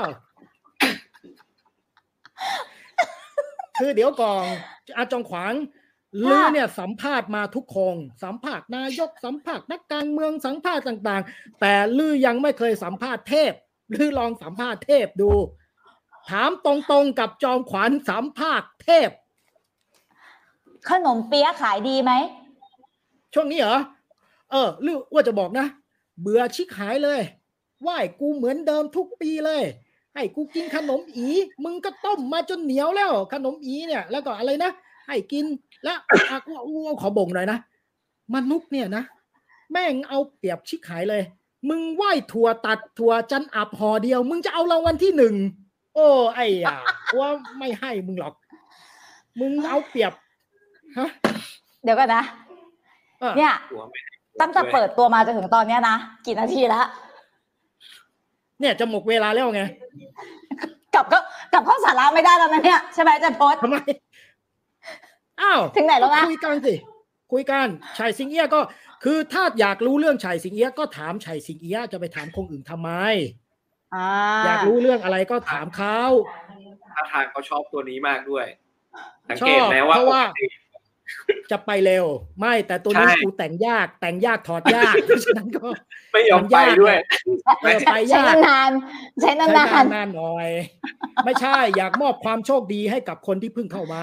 คือเดี๋ยวก่อนอาจงขวางลือเนี่ยสัมภาษณ์มาทุกคนสัมภาษณ์นายกสัมภาษณ์นักการเมืองสัมภาษณ์ต่างๆแต่ลือยังไม่เคยสัมภาษณ์เทพลือลองสัมภาษณ์เทพดูถามตรงๆกับจอมขวัญสัมภาษณ์เทพขนมเปี๊ยะขายดีไหมช่วงนี้เหรอหรือว่าจะบอกนะเบื่อชิกหายเลยไหว้กูเหมือนเดิมทุกปีเลยให้กูกินขนมอีมึงก็ต้มมาจนเหนียวแล้วขนมอีเนี่ยแล้วก็อะไรนะให้กินแล้วขอบ่งหน่อยนะมนุษย์เนี่ยนะแม่งเอาเปรียบชิกหายเลยมึงไหว้ถั่วตัดถั่วจันอับห่อเดียวมึงจะเอารางวัลที่1โอ้ไอ้อ่ะว่าไม่ให้มึงหรอกมึงเอาเปรียบฮะเดี๋ยวก่อนนะเนี่ยหัวไม่ตั้งแต่เปิดตัวมาจนถึงตอนเนี้ยนะกี่นาทีแล้วเนี่ยจะหมดเวลาแล้วไงกลับเข้าสาระไม่ได้แล้วนะเนี่ยใช่ไหมอาจารย์พจน์ทำไมอ้าวถึงไหนแล้วนะคุยกันสิคุยกันชัยสิงเอี้ยก็คือถ้าอยากรู้เรื่องชัยสิงเอี้ยก็ถามชัยสิงเอี้ยจะไปถามคนอื่นทำไมอยากรู้เรื่องอะไรก็ถามเขาท่าทางเขาชอบตัวนี้มากด้วยสังชเกอตบไหมเพว่าราะว่าจะไปเร็วไม่แต่ตัวนี้ใช่กูแต่งยากถอดยากเพราะฉะนั้นก็ไม่ยอมไปด้วยไปใช้ยากนานใช้นานนานหน่อย ไม่ใช่อยากมอบความโชคดีให้กับคนที่เพิ่งเข้ามา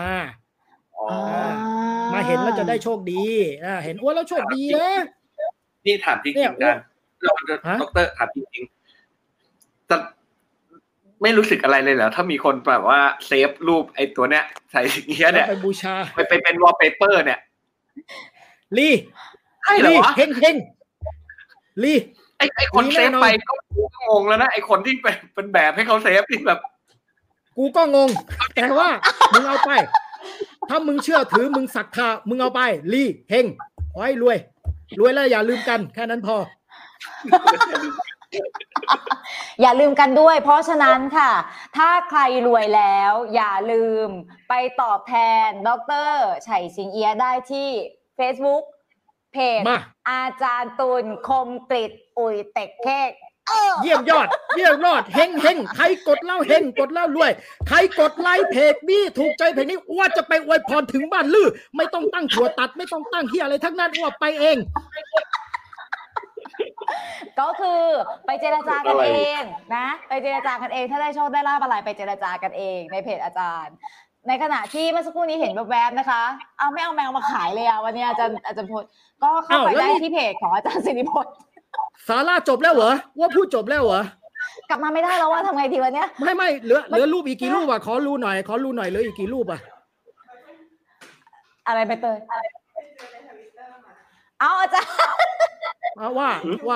มาเห็นแล้วจะได้โชคดีเห็นอ้วนแล้วโชคดีนะนี่ถามจริงๆกันดรถามจริงๆจะไม่รู้สึกอะไรเลยเหรอถ้ามีคนแบบว่าเซฟรูปไอ้ตัวเนี้ยใส่สิ่งนี้เนี่ยไปบูชาไปเป็นวอลเปเปอร์เนี่ยลีใช่เหรอวะเฮงลีไอ้คนเซฟไปก็งงแล้วนะไอ้คนที่เป็นแบบให้เขาเซฟที่แบบกูก็งง แต่ว่ามึงเอาไป ถ้ามึงเชื่อถือมึงศรัทธามึงเอาไปลีเฮงขอให้รวยแล้วอย่าลืมกันแค่นั้นพออย่าลืมกันด้วยเพราะฉะนั้นค่ะถ้าใครรวยแล้วอย่าลืมไปตอบแทนดร.ไฉสิงเอียะได้ที่ Facebook เพจมาอาจารย์ตุลคมกฤษอุยเต็กเค้กเยี่ยมยอดเฮงใครกดเล่าเฮงกดเล่ารวยใครกดไลค์เพจนี้ถูกใจเพจนี้อ้วจะไปอวยพรถึงบ้านลือไม่ต้องตั้งถั่วตัดไม่ต้องตั้งเฮียอะไรทั้งนั้นอ้วไปเองก็คือไปเจรจากันเองนะไปเจรจากันเองถ้าได้โชคได้ลาภอะไรไปเจรจากันเองในเพจอาจารย์ในขณะที่เมื่อสักครู่นี้เห็นแวบๆนะคะเอาไม่เอาแมวมาขายเลยวันนี้อาจารย์พจน์ก็เข้าไปได้ที่เพจของอาจารย์สิริพจน์สาระจบแล้วเหรอว่าพูดจบแล้วเหรอกลับมาไม่ได้แล้วว่าทำไงดีวะเนี่ยไม่เหลือรูปอีกกี่รูปขอรูหน่อยเหลืออีกกี่รูปอะไรไปเตยเอาอาจารย์ว่า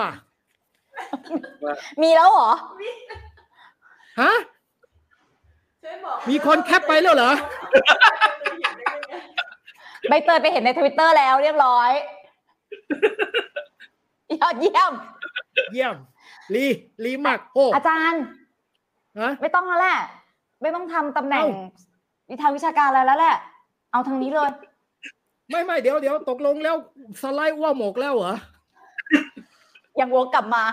มีแล้วเหรอฮะมีคนแคปไปแล้วเหรอใบเตยไปเห็นใน Twitter แล้วเรียบร้อยยอดเยี่ยมลีมากโอ้อาจารย์ไม่ต้องแล้วแหละไม่ต้องทำตำแหน่งทางวิชาการแล้วแหละเอาทางนี้เลยไม่เดี๋ยวตกลงแล้วสไลด์ว่าหมกแล้วเหรอยังวกกลับมา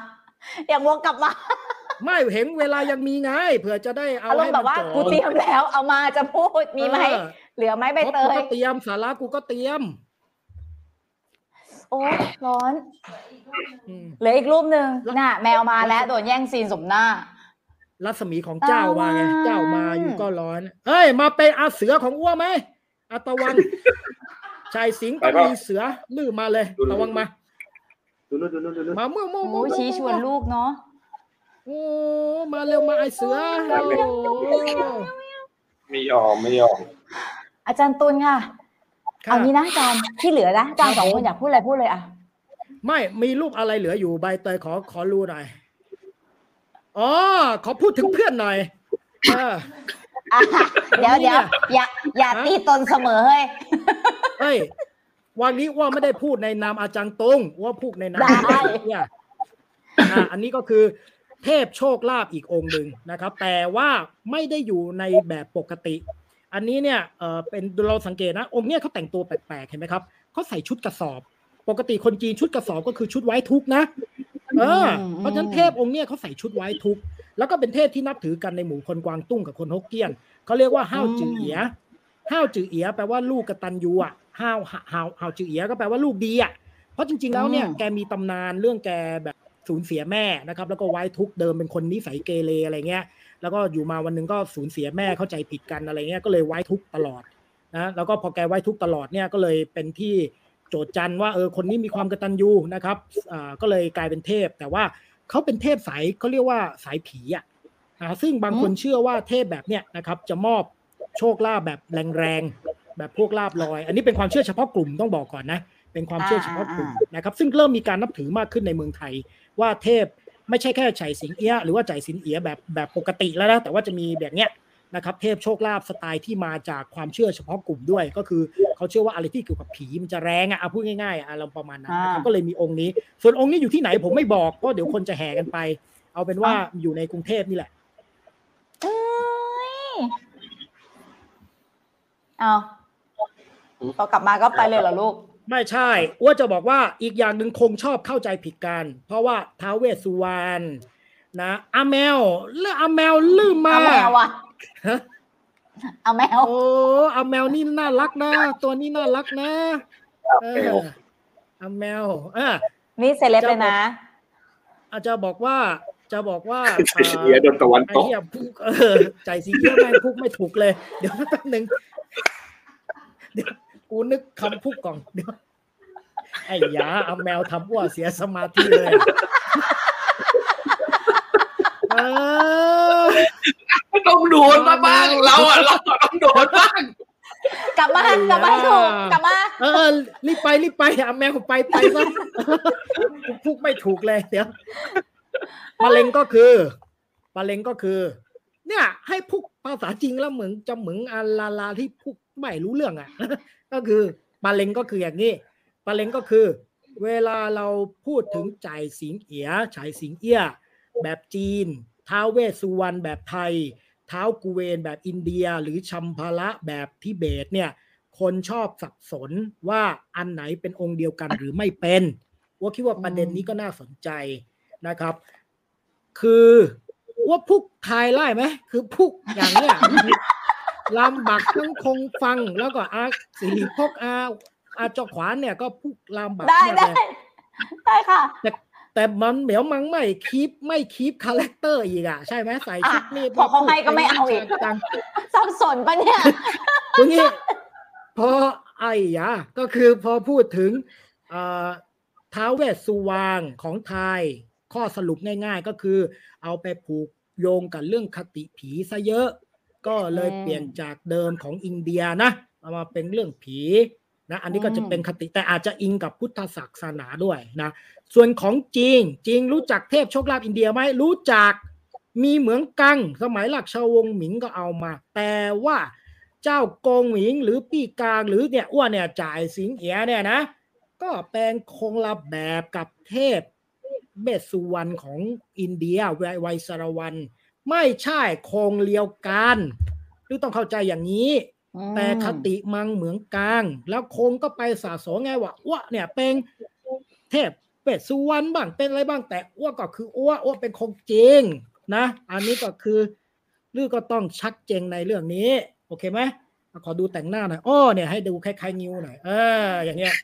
ไม่เห็นเวลายังมีไงเผื่อจะได้เอาให้แบบว่ากูเตรียมแล้วเอามาจะพูดมีไหมเหลือไหมใบเตยกูก็เตรียมสาระกูก็เตรียมโอ้ร้อนเหลืออีกรูปนึงน่ะแมวมาแล้วโดนแย่งซีนสมหน้ารัศมีของเจ้ามาไงเจ้ามาอยู่ก็ร้อนเฮ้ยมาเป็นอาเสือของอ้วไหมอาตะวันชายสิงต้องมีเสือลื้อมาเลยระวังมาดูนู่นมาเมื่อชี้ชวนลูกเนาะโอ้มาเร็วมาไอเสือไม่ยอมอาจารย์ตุลค่ะเอางี้นะอาจารย์ที่เหลือนะอาจารย์2คนอยากพูดอะไรพูดเลยอ่ะไม่มีรูปอะไรเหลืออยู่ใบเตยขอรู้หน่อยอ๋อขอพูดถึงเพื่อนหน่อยเดี๋ยวอย่าตีตนเสมอเฮ้ยวันนี้ว่าไม่ได้พูดในนามอาจารย์ตงว่าพูดในนามเนี่ยอันนี้ก็คือเทพโชคลาภอีกองค์หนึ่งนะครับแต่ว่าไม่ได้อยู่ในแบบปกติอันนี้เนี่ยเป็นเราสังเกตนะองค์เนี่ยเขาแต่งตัวแปลกๆเห็นไหมครับเขาใส่ชุดกระสอบปกติคนจีนชุดกระสอบก็คือชุดไว้ทุกนะเพราะฉะนั้นเทพองค์เนี่ยเขาใส่ชุดไว้ทุกแล้วก็เป็นเทพที่นับถือกันในหมู่คนกวางตุ้งกับคนฮกเกี้ยนเขาเรียกว่าห้าวจือเอียห้าวจือเอียแปลว่าลูกกตัญญูอ่ะห้าวจือเอียก็แปลว่าลูกดีอ่ะเพราะจริงๆแล้วเนี่ยแกมีตำนานเรื่องแกแบบสูญเสียแม่นะครับแล้วก็ไว้ทุกเดิมเป็นคนนิสัยเกเรอะไรเงี้ยแล้วก็อยู่มาวันนึงก็สูญเสียแม่เข้าใจผิดกันอะไรเงี้ยก็เลยไว้ทุกตลอดนะแล้วก็พอแกไว้ทุกตลอดเนี่ยก็เลยเป็นที่โจษจันว่าคนนี้มีความกตัญญูนะครับก็เลยกลายเป็นเทพแต่ว่าเขาเป็นเทพสายเขาเรียกว่าสายผีอ่ะซึ่งบางคนเชื่อว่าเทพแบบเนี้ยนะครับจะมอบโชคลาภแบบแรงๆแบบพวกลาภลอยอันนี้เป็นความเชื่อเฉพาะกลุ่มต้องบอกก่อนนะเป็นความเชื่อเฉพาะกลุ่มนะครับซึ่งเริ่มมีการนับถือมากขึ้นในเมืองไทยว่าเทพไม่ใช่แค่ไฉสิงเอี้ยหรือว่าไฉสินเอี้ยแบบปกติแล้วนะแต่ว่าจะมีแบบเนี้ยนะครับเทพโชคลาภสไตล์ที่มาจากความเชื่อเฉพาะกลุ่มด้วยก็คือเขาเชื่อว่าอะไรที่เกี่ยวกับผีมันจะแรงพูดง่ายๆเราประมาณนั้นนะครับก็เลยมีองค์นี้ส่วนองค์นี้อยู่ที่ไหนผมไม่บอกเพราะเดี๋ยวคนจะแห่กันไปเอาเป็นว่าอยู่ในกรุงเทพนี่แหละเอาพอกลับมาก็ไปเลยเหรอลูกไม่ใช่อ้วจะบอกว่าอีกอย่างหนึ่งคงชอบเข้าใจผิดกันเพราะว่าท้าวเวสสุวรรณนะอาแมวแล้วอาแมวลืมมาอาแมวอะอาแมวโอ้อาแมวนี่น่ารักนะตัวนี้น่ารักนะอาแมวนี่เซเลบเลยนะอาจจะบอกว่าเอียโดนตะวันตกใจสีเขียวแม่งพุกไม่ถูกเลยเดี๋ยวแป๊บนึงเดี๋ยวกูนึกคำพูดก่อนเดี๋ยวไอ้ยาเอาแมวทำอ้วเสียสมาธิเลยต้องโดนมาบ้างเราต้องโดนบ้างกลับมาถูกกลับมารีบไปเอาแมวไปซะพูดไม่ถูกเลยเดี๋ยวมะเร็งก็คือเนี่ยให้พูดภาษาจริงแล้วเหมือนลาที่พูดไม่รู้เรื่องก็คือมะเร็งก็คืออย่างนี้มะเร็งก็คือเวลาเราพูดถึงไฉสิงเอี้ยแบบจีนท้าวเวสสุวรรณแบบไทยท้าวกุเวนแบบอินเดียหรือชัมพละแบบทิเบตเนี่ยคนชอบสับสนว่าอันไหนเป็นองค์เดียวกันหรือไม่เป็นว่าคิดว่าประเด็นนี้ก็น่าสนใจนะครับคือว่าพุกทายไล่ไหมคือพุกอย่างเนี้ยลำบักทั้งคงฟังแล้วก็สิริพกเจ้าขวานเนี่ยก็พุกลำบักได้ค่ะแต่มันเหมียวมังไม่คีปคาแรคเตอร์อีกใช่ไหมใส่ชุดนี่พอเขาให้ก็ไม่เอาอีกสับสนปะเนี่ยตรงนี้พอก็คือพอพูดถึงท้าวเวสสุวรรณของไทยข้อสรุปง่ายๆก็คือเอาไปผูกโยงกับเรื่องคติผีซะเยอะก็เลยเปลี่ยนจากเดิมของอินเดียนะมาเป็นเรื่องผีนะอันนี้ก็จะเป็นคติแต่อาจจะอิงกับพุทธศาสนาด้วยนะส่วนของจีนรู้จักเทพโชคลาภอินเดียไหมรู้จักมีเหมืองกังสมัยหลักชาวงหมิงก็เอามาแต่ว่าเจ้ากงหมิงหรือปี้กางหรือเนี่ยอ้วนเนี่ยจ่ายสิงเอียเนี่ยนะก็เป็นคงละแบบกับเทพเบสสุวรรณของอินเดียไวสรวรรณไม่ใช่โครงเลียวกันหรือต้องเข้าใจอย่างนี้แต่คติมังเหมืองกลางแล้วคงก็ไปสะสมไงว่าเนี่ยเป็นเทพเป็ดสุวรรณบ้างเป็นอะไรบ้างแต่อ้วก็คืออ้วเป็นคงจริงนะอันนี้ก็คือลือก็ต้องชัดเจนในเรื่องนี้โอเคไหมขอดูแต่งหน้าหน่อยเนี่ยให้ดูคล้ายๆนิ้วหน่อยอย่างเงี้ย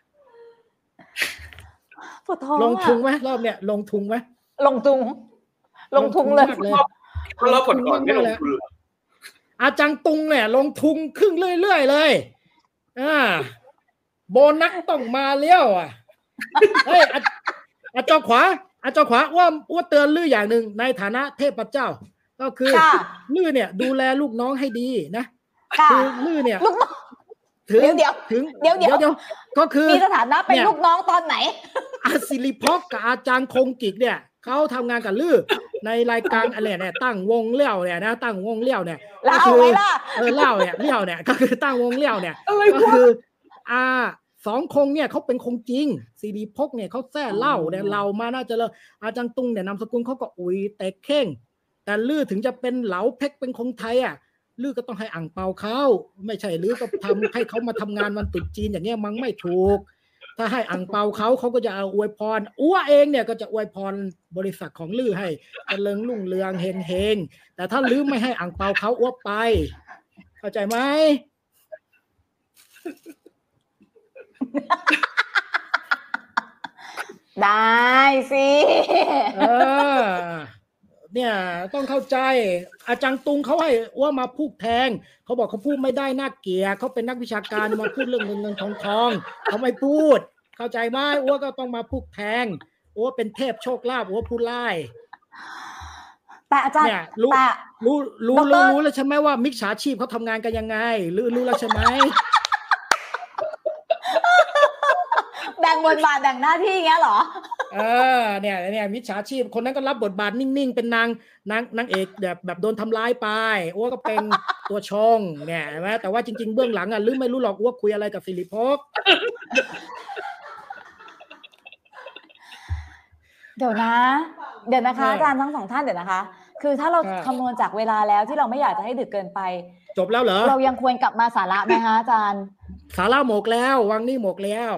ลงทุงไหมรอบเนี่ยลงทุงไหมลงทุงเลยรอบก่อนไม่ลงทุนอาจารย์ตุงเนี่ยลงทุนครึ่งเรื่อยๆเลยโบนัสต้องมาเลี้ยวเฮ้ยอาจารย์ขวาว่าเตือนลืออย่างหนึ่งในฐานะเทพเจ้าก็คือลือเนี่ยดูแลลูกน้องให้ดีนะคือลือเนี่ยเดี๋ยวก็คือมีสถานะเป็นลูกน้องตอนไหนอาศิริภพกับอาจารย์คงกิจเนี่ยเขาทำงานกับลือในรายการอะไรเนี่ยตั้งวงเลี้ยวเนี่ยนะตั้งวงเลี้ยวเนี่ยก็คือเล่าเนี่ยก็คือตั้งวงเลี้ยวเนี่ยก็คือสองคงเนี่ยเขาเป็นคงจริงศิริภพเนี่ยเขาแท้เล่าเนี่ยเรามาน่าจะเลยอาจารย์ตุงเนี่ยนามสกุลเขาก็อุยแต่เข่งแต่ลือถึงจะเป็นเหลาเพกเป็นคงไทยลือก็ต้องให้อั่งเปาเขาไม่ใช่ลือก็ทำให้เขามาทำงานวันตรุษจีนอย่างเงี้ยมันไม่ถูกถ้าให้อั่งเปาเขาก็จะเอาอวยพรอ้วเองเนี่ยก็จะอวยพรบริษัทของลือให้เจริญรุ่งเรืองเฮงแต่ถ้าลือไม่ให้อั่งเปาเขาอ้วไปเข้าใจไหมได้สิเนี่ยต้องเข้าใจอาจารย์ตุงเขาให้อ้วมาพูดแทงเขาบอกเขาพูดไม่ได้น่าเกลียดเขาเป็นนักวิชาการมาพูดเรื่องเงินทองเขาไม่พูดเข้าใจไหมอ้วก็ต้องมาพูดแทงอ้วเป็นเทพโชคลาภอ้วพูดไล่แต่อาจารย์รู้แล้วใช่ไหมว่ามิจฉาชีพเขาทำงานกันยังไงรู้แล้วใช่ไหมแบ่งบทบาทแบ่งหน้าที่เงี้ยเหรอเนี่ยมิจฉาชีพคนนั้นก็รับบทบาทนิ่งๆเป็นนางเอกแบบโดนทำร้ายไปอ้วก็เป็นตัวชงเนี่ยใช่ไหมแต่ว่าจริงๆเบื้องหลังลืมไม่รู้หรอกอ้วคุยอะไรกับศิริภพเดี๋ยวนะคะอาจารย์ทั้งสองท่านเดี๋ยวนะคะคือถ้าเราคำนวณจากเวลาแล้วที่เราไม่อยากจะให้ดึกเกินไปจบแล้วเหรอเรายังควรกลับมาสาระไหมคะอาจารย์สาระหมกแล้ววังนี่หมกแล้ว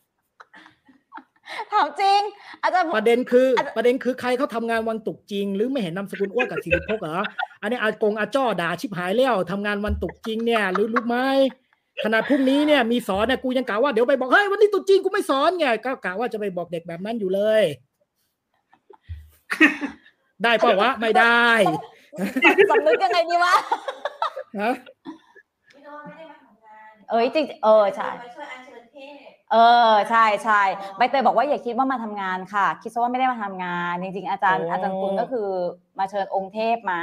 ถามจริงอาจารย์ประเด็นคือใครเขาทำงานวันตรุษจริงหรือไม่เห็นนามสกุลอ้วกับศิริภพเหรออันนี้อาจ้อด่าชิบหายแล้วทำงานวันตรุษจริงเนี่ยรู้ไหมขนาดพรุ่งนี้เนี่ยมีสอนเนี่ยกูยังกะว่าเดี๋ยวไปบอกเฮ้ยวันนี้ตรุษจริงกูไม่สอนไงก็กะว่าจะไปบอกเด็กแบบนั้นอยู่เลยได้เปล่าวะไม่ได้สำนึกยังไงดีวะจริงใช่ใช่ใบเตยบอกว่าอย่าคิดว่ามาทำงานค่ะคิดซะว่าไม่ได้มาทำงานจริงๆอาจารย์ตุลก็คือมาเชิญองค์เทพมา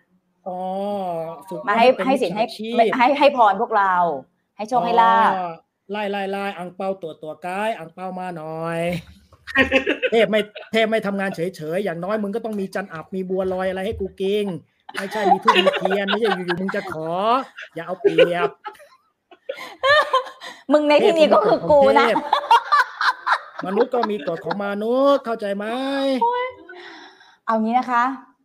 มาให้สินให้พรพวกเราให้โชคให้ลาภไล่อั่งเปาตัวกายอั่งเปามาหน่อยเทพไม่ทำงานเฉยๆอย่างน้อยมึงก็ต้องมีจันอับมีบัวลอยอะไรให้กูกินไม่ใช่มีทุกมีเทียนไม่ใช่อยู่ๆมึงจะขออย่าเอาเปรียบมึงในที่นี้ก็คือกูนะมนุษย์ก็มีกฎของมนุษย์เข้าใจไหมเอางี้นะคะ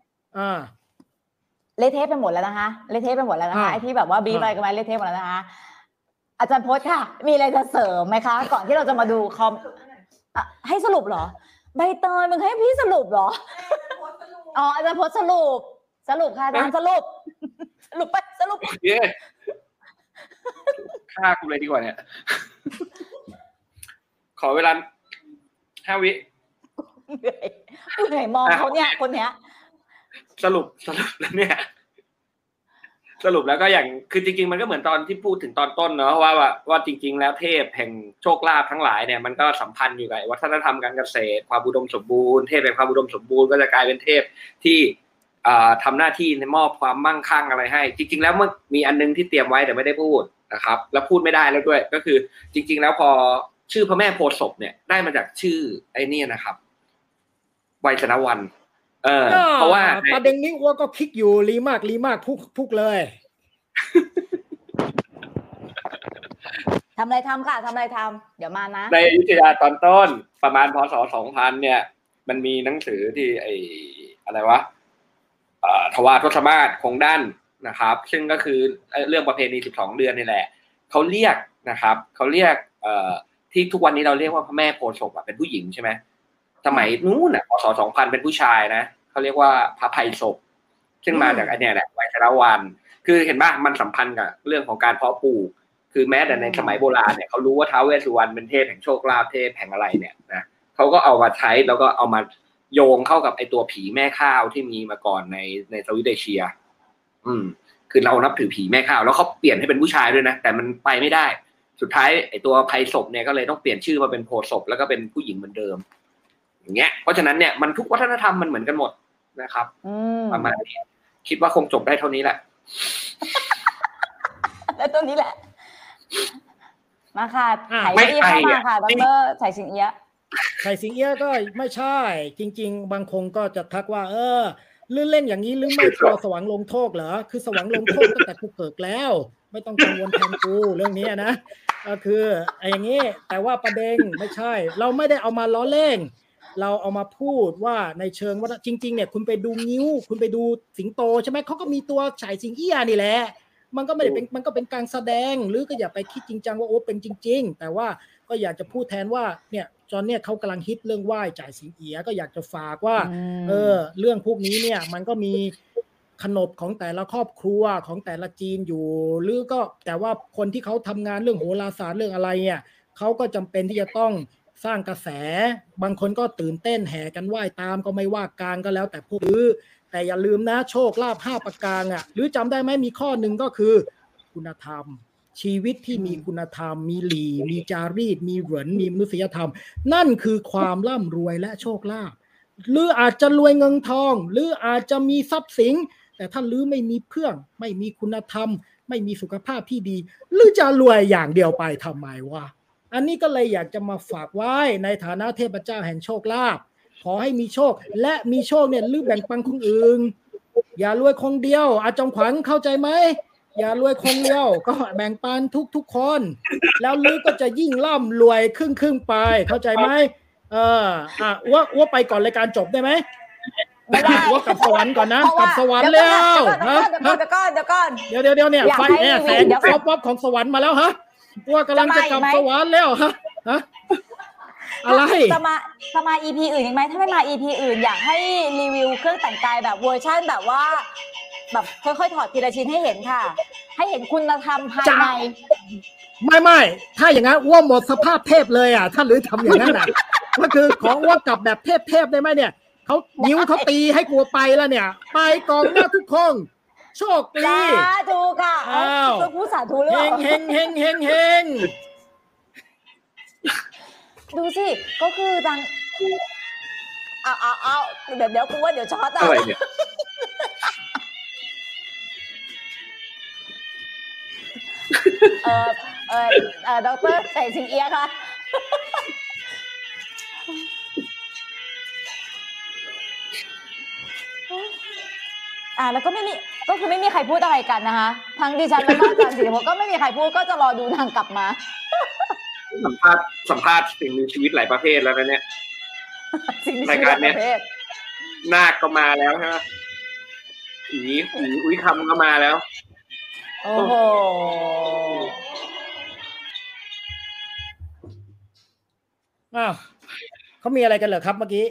เละเทะไปหมดแล้วนะคะไอ้ที่แบบว่าบีบอะไรกันมาเละเทะหมดแล้วนะคะอาจารย์พจน์ค่ะมีอะไรจะเสริมไหมคะก่อนที่เราจะมาดูคอมให้สรุปเหรอใบเตยมึงให้พี่สรุปเหรออาจารย์พจน์สรุปค่ะอาจารย์สรุปฆ่ากูเลยดีกว่าเนี่ยขอเวลา5 วิเหนื่อยมองเขาเนี่ยคนเนี้ยสรุปแล้วเนี่ยสรุปแล้วก็อย่างคือจริงๆมันก็เหมือนตอนที่พูดถึงตอนต้นเนาะว่าจริงๆแล้วเทพแห่งโชคลาภทั้งหลายเนี่ยมันก็สัมพันธ์อยู่กับวัฒนธรรมการเกษตรความอุดมสมบูรณ์เทพแห่งความอุดมสมบูรณ์ก็จะกลายเป็นเทพที่ทำหน้าที่ในมอบความมั่งคั่งอะไรให้จริงๆแล้วมันมีอันนึงที่เตรียมไว้แต่ไม่ได้พูดนะครับแล้วพูดไม่ได้แล้วด้วยก็คือจริงๆแล้วพอชื่อพระแม่โพธิ์ศพเนี่ยได้มาจากชื่อไอ้นี่นะครับไวยสนวรรณเพราะว่าประเด็นนี้ว่าก็คิดอยู่รีมากพุกเลยทำอะไรทำค่ะทำอะไรทำเดี๋ยวมานะในอยุธยาตอนต้นประมาณพ.ศ. 2000เนี่ยมันมีหนังสือที่อะไรวะทวารทศมาศคงด้านนะครับซึ่งก็คือเรื่องประเพณี12 เดือนนี่แหละเขาเรียกนะครับเขาเรียกที่ทุกวันนี้เราเรียกว่าพระแม่โพธิ์ศพเป็นผู้หญิงใช่ไหมสมัยนู้นพ.ศ. 2000เป็นผู้ชายนะเขาเรียกว่าพระไพศพซึ่งมาจากอันเนี้ยแหละไวยชรวรรณคือเห็นป่ะมันสัมพันธ์กับเรื่องของการเพาะปลูกคือแม้แต่ในสมัยโบราณเนี่ยเขารู้ว่าท้าวเวสสุวรรณเป็นเทพแห่งโชคลาภเทพแห่งอะไรเนี่ยนะเขาก็เอามาใช้แล้วก็เอามาโยงเข้ากับไอตัวผีแม่ข้าวที่มีมาก่อนในสวิตเชียคือเรานับถือผีแม่ข้าวแล้วเขาเปลี่ยนให้เป็นผู้ชายด้วยนะแต่มันไปไม่ได้สุดท้ายไอ้ตัวไพศพเนี่ยก็เลยต้องเปลี่ยนชื่อมาเป็นโพศพแล้วก็เป็นผู้หญิงเหมือนเดิมอย่างเงี้ยเพราะฉะนั้นเนี่ยมันทุกวัฒนธรรมมันเหมือนกันหมดนะครับประมาณนี้คิดว่าคงจบได้เท่านี้แหละแล้วตัวนี้แหละมาค่ะไถ่เข้ามาค่ะดร.ไถ่สิงเอี้ยไถ่สิงเอี้ยก็ไม่ใช่จริงๆบางคนก็จะทักว่าลื่นเล่นอย่างนี้หรือไม่กลัวสวรรค์ลงโทษเหรอคือสวรรค์ลงโทษตั้งแต่กูเกิดแล้วไม่ต้องกังวลแทนกูเรื่องนี้นะก็คืออย่างนี้แต่ว่าประเด็นไม่ใช่เราไม่ได้เอามาล้อเล่นเราเอามาพูดว่าในเชิงว่าจริงๆเนี่ยคุณไปดูงิ้วคุณไปดูสิงโตใช่ไหมเขาก็มีตัวฉายสิงเอี้ยนี่แหละมันก็ไม่ได้เป็นมันก็เป็นการแสดงหรือก็อย่าไปคิดจริงจังว่าโอ้เป็นจริงๆแต่ว่าก็อยากจะพูดแทนว่าเนี่ยตอนเนี้ยเขากำลังฮิตเรื่องไหว้จ่ายสิงเอี้ยก็อยากจะฝากว่าเรื่องพวกนี้เนี่ยมันก็มีขนบของแต่ละครอบครัวของแต่ละจีนอยู่หรือก็แต่ว่าคนที่เขาทำงานเรื่องโหราศาสตร์เรื่องอะไรเนี่ยเขาก็จำเป็นที่จะต้องสร้างกระแสบางคนก็ตื่นเต้นแห่กันไหว้ตามก็ไม่ว่าการก็แล้วแต่พวกแต่อย่าลืมนะโชคลาภ5ประการหรือจำได้ไหมมีข้อหนึ่งก็คือคุณธรรมชีวิตที่มีคุณธรรมมีหลี่มีจารีตมีเหวินมีมนุษยธรรมนั่นคือความร่ำรวยและโชคลาภหรืออาจจะรวยเงินทองหรืออาจจะมีทรัพย์สินแต่ถ้าลือไม่มีเพื่อนไม่มีคุณธรรมไม่มีสุขภาพที่ดีหรือจะรวยอย่างเดียวไปทำไมวะอันนี้ก็เลยอยากจะมาฝากไว้ในฐานะเทพเจ้าแห่งโชคลาภขอให้มีโชคและมีโชคเนี่ยลือแบ่งปันคนอื่นอย่ารวยคนเดียวอาจงขวัญเข้าใจไหมอย่ารวยคนเดียวก็แบ่งปันทุกคนแล้วลือก็จะยิ่งร่ำรวยครึ่งไปเข้าใจไหมว่าไปก่อนรายการจบได้ไหมไม่ได้ว่ากลับสวรรค์ก่อนนะกลับสวรรค์แล้วเดี๋ยวเนี่ยไฟแสงป๊อปของสวรรค์มาแล้วฮะว่ากำลังจะกลับสวรรค์แล้วฮะอะไรจะมา EP อื่นอีกไหมถ้าไม่มา EP อื่นอยากให้รีวิวเครื่องแต่งกายแบบเวอร์ชั่นแบบว่าแบบค่อยๆถอดทีละชิ้นให้เห็นค่ะให้เห็นคุณธรรมภายในไม่ถ้าอย่างนั้นว่าหมดสภาพเทพเลยถ้าหรือทำอย่างนั้นก็คือของว่ากลับแบบเทพได้ไหมเนี่ยเขานิ้วเขาตีให้กลัวไปแล้วเนี่ยไปกองหน้าทุกคนโชคดีถูกค่ะต้องพูดสาธุเลยเฮงดูสิก็คือดังเอาเดี๋ยวกูว่าเดี๋ยวช็อตอะไรเนี่ยดร.ไถ่สิงเอี้ยค่ะแล้วก็คือไม่มีใครพูดอะไรกันนะคะทั้งดิฉันและอาจารย์ศิริพจน์ก็ไม่มีใครพูดก็จะรอดูนางกลับมาสัมภาษณ์สิ่งมีชีวิตหลายประเภทแล้วนะเนี่ยรายการเนี้ยนาคก็มาแล้วใช่ไหมผีอุ้ยคำก็มาแล้วโอ้โหเขามีอะไรกันเหรอครับเมื่อกี้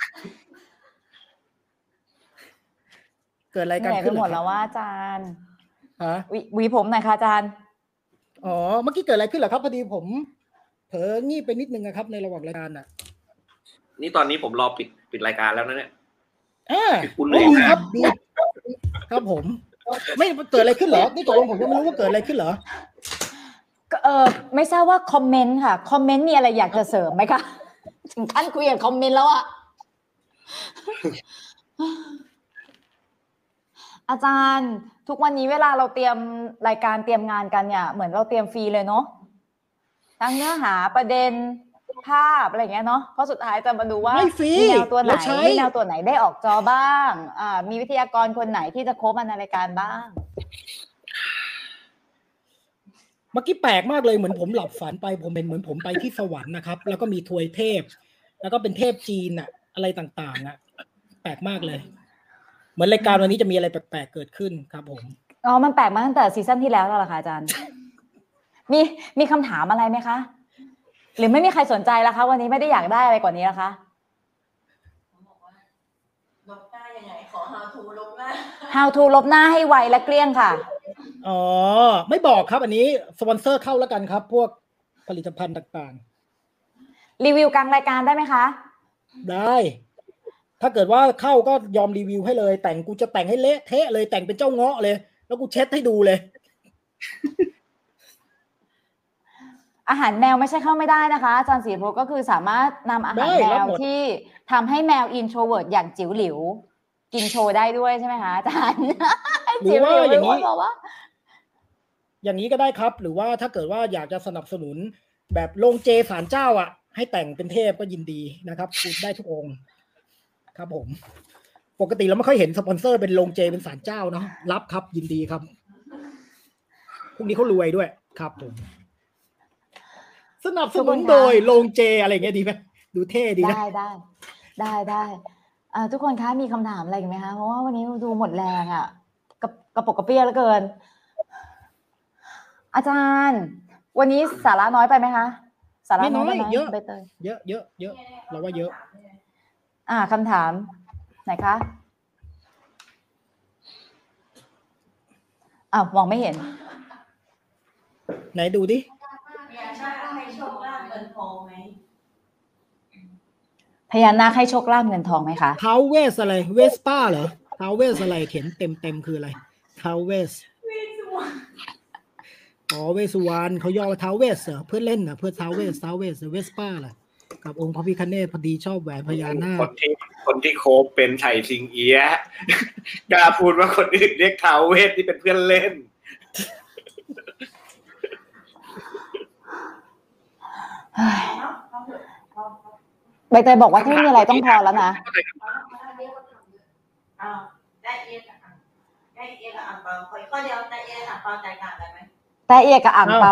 เกิดอะไรกันขึ้นหมดแล้วว่าอาจารย์ฮะวีผมหน่อยค่ะอาจารย์เมื่อกี้เกิดอะไรขึ้นเหรอครับพอดีผมเผลองีบไปนิดนึงนะครับในระหว่างรายการนี่ตอนนี้ผมรอปิดรายการแล้วนะเนี่ยคุณเลยครับดีครับผมไม่เกิดอะไรขึ้นเหรอนี่ตกลงผมยังไม่รู้ว่าเกิดอะไรขึ้นเหรอไม่ทราบว่าคอมเมนต์ค่ะคอมเมนต์มีอะไรอยากจะเสริมไหมคะถึงขั้นคุยกับคอมเมนต์แล้วอาจารย์ทุกวันนี้เวลาเราเตรียมรายการเตรียมงานกันเนี่ยเหมือนเราเตรียมฟรีเลยเนาะทั้งเนื้อหาประเด็นภาพอะไรเงี้ยเนาะเพราะสุดท้ายจะมาดูว่ามีแนวตัวไหนได้ออกจอบ้างมีวิทยากรคนไหนที่จะโค้ชมาในรายการบ้างเมื่อกี้แปลกมากเลยเหมือนผมหลับฝันไปผมเป็นเหมือนผมไปที่สวรรค์นะครับแล้วก็มีทวยเทพแล้วก็เป็นเทพจีนอะไรต่างๆแปลกมากเลยเหมือนรายการวันนี้จะมีอะไรแปลกๆเกิดขึ้นครับผมมันแปลกมาตั้งแต่ซีซั่นที่แล้วแล้วเหรอคะอาจารย์มีคำถามอะไรไหมคะหรือไม่มีใครสนใจแล้วคะวันนี้ไม่ได้อยากได้อะไรกว่านี้แล้วคะบอกว่าลบหน้ายังไงขอ how to ลบหน้า how to ลบหน้าให้ไวและเกลี้ยงค่ะไม่บอกครับอันนี้สปอนเซอร์เข้าแล้วกันครับพวกผลิตภัณฑ์ต่างๆรีวิวกลางรายการได้ไหมคะได้ถ้าเกิดว่าเข้าก็ยอมรีวิวให้เลยแต่งกูจะแต่งให้เละเทะเลยแต่งเป็นเจ้าเงาะเลยแล้วกูเช็ดให้ดูเลยอาหารแมวไม่ใช่เข้าไม่ได้นะคะอาจารย์ศรีภพก็คือสามารถนำอาหารแมวที่ทำให้แมวอินโทรเวิร์ตอย่างจิ๋วหลิวกินโชว์ได้ด้วยใช่ไหมคะอาจารย์หรือว่าอย่างนี้บอกว่าอย่างนี้ก็ได้ครับ หรือว่าถ้าเกิดว่าอยากจะสนับสนุนแบบโรงเจศาลเจ้าอ่ะให้แต่งเป็นเทพก็ยินดีนะครับพูดได้ทุกองค์ครับผมปกติเราไม่ค่อยเห็นสปอนเซอร์เป็นโรงเจเป็นศาลเจ้าเนาะรับครับยินดีครับพวกนี้เขารวยด้วยครับผมสนับสนุนโดยโรงเจอะไรอย่างเงี้ยดีไหมดูเท่ดีนะได้ทุกคนคะมีคำถามอะไรกันไหมคะเพราะว่าวันนี้ดูหมดแรงอ่ะกระปกกระเปี้ยเหลือเกินอาจารย์วันนี้สาระน้อยไปไหมคะสาระน้อยเยอะเยอะเราว่าเยอะคำถามไหนคะมองไม่เห็นไหนดูดิพญานาคให้โชคลาภเงินทองไหมคะท้าวเวสอะไรเวสป้าเหรอท้าวเวสอะไรเขียนเต็มคืออะไรท้าวเวสเวสุวรรณเขาย่อว่าท้าวเวสเหรอเพื่อเล่นเพื่อท้าวเวสเวสป้าล่ะกับองค์พระพิฆเนศพอดีชอบแหวนพญานาคคนที่โคบเป็นไฉสิงเอี้ยกล้าพูดว่าคนอื่นเรียกท้าวเวสที่เป็นเพื่อนเล่นใบเตยบอกว่าถ้าไม่มีอะไรต้องพอแล้วนะได้เอียกับอ่างเปาข้อเดียวได้เอียกับอ่างเปาแตกต่างกันไหมแต่เอียกับอ่างเปา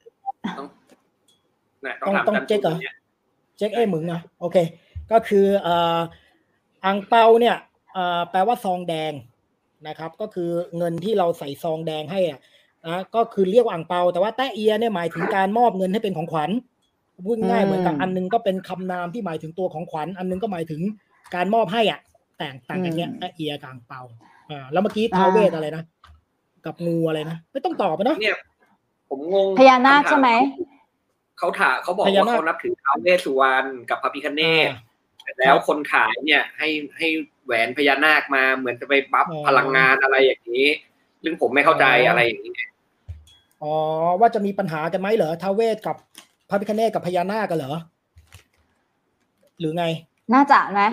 ต้องเจ๊กเหรอเจ๊กมึงนะโอเคก็คืออ่างเปาเนี่ยแปลว่าซองแดงนะครับก็คือเงินที่เราใส่ซองแดงให้ก็คือเรียกว่าอ่างเปาแต่ว่าแตะเอียเนี่ยหมายถึงการมอบเงินให้เป็นของขวัญพูดง่ายเหมือนกับอันนึงก็เป็นคำนามที่หมายถึงตัวของขวัญอันนึงก็หมายถึงการมอบให้ต่างกันเนี้ยแตะเอียกับอ่างเปาแล้วเมื่อกี้ท้าวเวสอะไรนะกับงูอะไรนะไม่ต้องตอบนะเนี่ยผมงงพญานาคใช่ไหมเขาบอกว่าเขานับถือท้าวเวสสุวรรณกับพระพิฆเนศแล้วคนขายเนี่ยให้แหวนพญานาคมาเหมือนจะไปบัฟพลังงานอะไรอย่างนี้ซึ่งผมไม่เข้าใจอะไรอย่างนี้ว่าจะมีปัญหากันไหมเหรอท้าวเวสกับพระพิฆเนศกับพญานาคกันเหรอหรือไงน่าจะนะ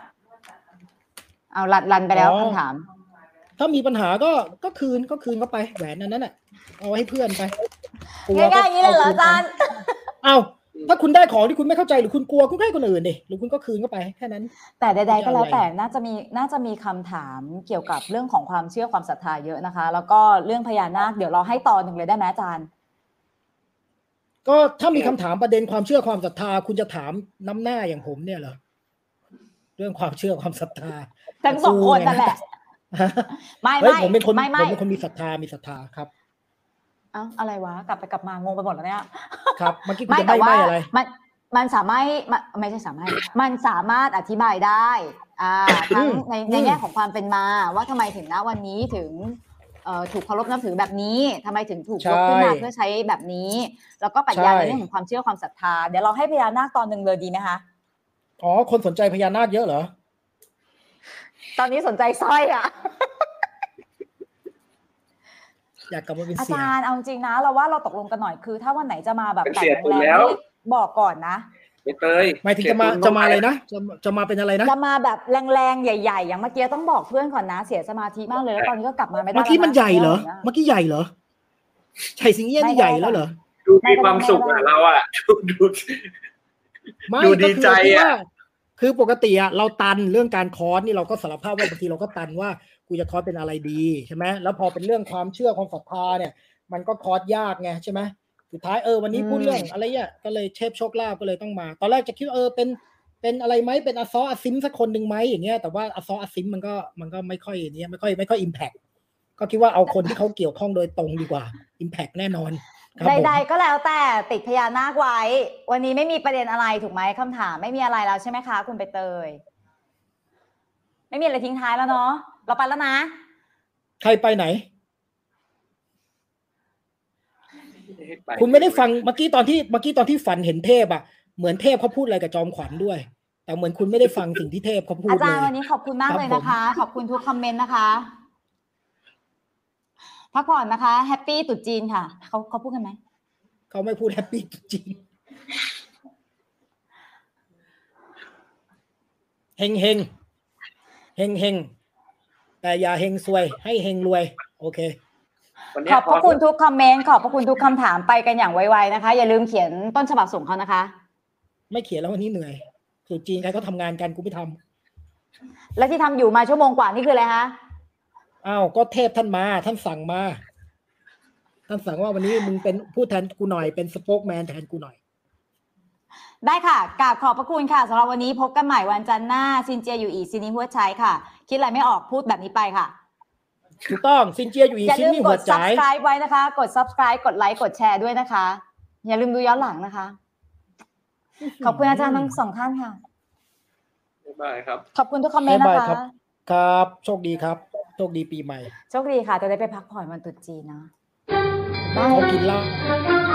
เอาลันไปแล้วคำถามถ้ามีปัญหาก็คืนเข้าไปแหวนนั้นน่ะเอาให้เพื่อนไปง่ายๆอย่างนี้เลยเหรออาจารย์ถ้าคุณได้ของที่คุณไม่เข้าใจหรือคุณกลัวคุณให้คนอื่นดิหรือคุณก็คืนเข้าไปแค่นั้นแต่ใดๆก็แล้วแต่น่าจะมีคำถามเกี่ยวกับเรื่องของความเชื่อความศรัทธาเยอะนะคะแล้วก็เรื่องพญานาคเดี๋ยวเราให้ตอนหนึ่งเลยได้ไหมอาจารย์ก็ถ้ามีคำถามประเด็นความเชื่อความศรัทธาคุณจะถามน้ำหน้าอย่างผมเนี่ยเหรอเรื่องความเชื่อความศรัทธาทั้งสองคนนั่นแหละไม่ผมเป็นคนมีศรัทธาครับอะไรวะกลับมางงไปหมดแล้วเนี่ยครับเมื่อกี้คุณจะไม่อะไรมันสามารถไม่ใช่สามารถมันสามารถอธิบายได้ทั้งในแง่ของความเป็นมาว่าทำไมถึงณวันนี้ถึงถูกเคารพนับถือแบบนี้ทำไมถึงถูกยกขึ้นมาเพื่อใช้แบบนี้แล้วก็ปรัชญาในเรื่องของความเชื่อความศรัทธาเดี๋ยวเราให้พญานาคตอนนึงเลยดีไหมคะคนสนใจพญานาคเยอะเหรอตอนนี้สนใจสร้อยอยากกลับมาเป็นเสียอาจารย์เอาจริงนะเราว่าเราตกลงกันหน่อยคือถ้าวันไหนจะมาแบบแต่งแรงบอกก่อนนะไม่เคยหมายถึงจะมาอะไรนะจะมาเป็นอะไรนะจะมาแบบแรงๆใหญ่ๆอย่างเมื่อกี้ต้องบอกเพื่อนก่อนนะเสียสมาธิมากเลยแล้วตอนนี้ก็กลับมาไม่ได้เมื่อกี้มันใหญ่เหรอเมื่อกี้ใหญ่เหรอไฉสิงเอี้ยนี่ใหญ่แล้วเหรอดูมีความสุขเราดูดีใจคือปกติเราตันเรื่องการคอร์สนี่เราก็สารภาพว่าบางทีเราก็ตันว่ากูจะคอร์สเป็นอะไรดีใช่ไหมแล้วพอเป็นเรื่องความเชื่อความศรัทธาเนี่ยมันก็คอร์สยากไงใช่ไหมสุดท้ายวันนี้พูดเรื่องอะไรเนี่ยก็เลยเชฟโชคลาภก็เลยต้องมาตอนแรกจะคิดเป็นอะไรไหมเป็นอัซอซิมสักคนหนึ่งไหมอย่างเงี้ยแต่ว่าอัซอซิมมันก็ไม่ค่อยเนี้ยไม่ค่อยอิมแพคก็คิดว่าเอาคนที่เขาเกี่ยวข้องโดยตรงดีกว่าอิมแพคแน่นอนใดๆก็แล้วแต่ติดพญานาคไว้วันนี้ไม่มีประเด็นอะไรถูกไหมคำถามไม่มีอะไรแล้วใช่ไหมคะคุณใบเตยไม่มีอะไรทิ้งท้ายแล้วเนาะเราไปแล้วนะใครไปไหนคุณไม่ได้ฟังเมื่อกี้ตอนที่ฝันเห็นเทพเหมือนเทพเขาพูดอะไรกับจอมขวัญด้วยแต่เหมือนคุณไม่ได้ฟังสิ่งที่เทพเขาพูดเลยอาจารย์วันนี้ขอบคุณมากเลยนะคะขอบคุณทุกคอมเมนต์นะคะพักผ่อนนะคะแฮปปี้ตุ๊จีนค่ะเขาพูดกันไหมเขาไม่พูดแฮปปี้จริงเฮงเฮงเฮงเฮงแต่อย่าเฮงซวย ให้เฮงรวย โอเควันนี้ขอบพระคุณทุกคอมเมนต์ขอบพระคุณทุกคำถามไปกันอย่างไวๆนะคะอย่าลืมเขียนต้นฉบับส่งเขานะคะไม่เขียนแล้ววันนี้เหนื่อยสุดจีนใครเขาทำงานกันกูไม่ทำและที่ทำอยู่มาชั่วโมงกว่านี่คืออะไรคะอ้าวก็เทพท่านมาท่านสั่งมาท่านสั่งว่าวันนี้มึงเป็นผู้แทนกูหน่อยเป็นสโป๊กแมนแทนกูหน่อยได้ค่ะกราบขอบพระคุณค่ะสำหรับวันนี้พบกันใหม่วันจันทร์หน้าซินเจียอยู่อีซินีหัวใจค่ะคิดอะไรไม่ออกพูดแบบนี้ไปค่ะถูกต้องซินเจียอยู่อีซินีหัวใจอย่าลืมกด subscribe ไว้นะคะกด subscribe กดไลค์กดแชร์ด้วยนะคะอย่าลืมดูย้อนหลังนะคะขอบคุณอาจารย์ทั้งสองท่านค่ะบ๊ายบายครับขอบคุณทุกคอมเมนต์นะคะครับโชคดีครับโชคดีปีใหม่โชคดีค่ะจะได้ไปพักผ่อนวันตรุษจีนนะเขากินเหล้า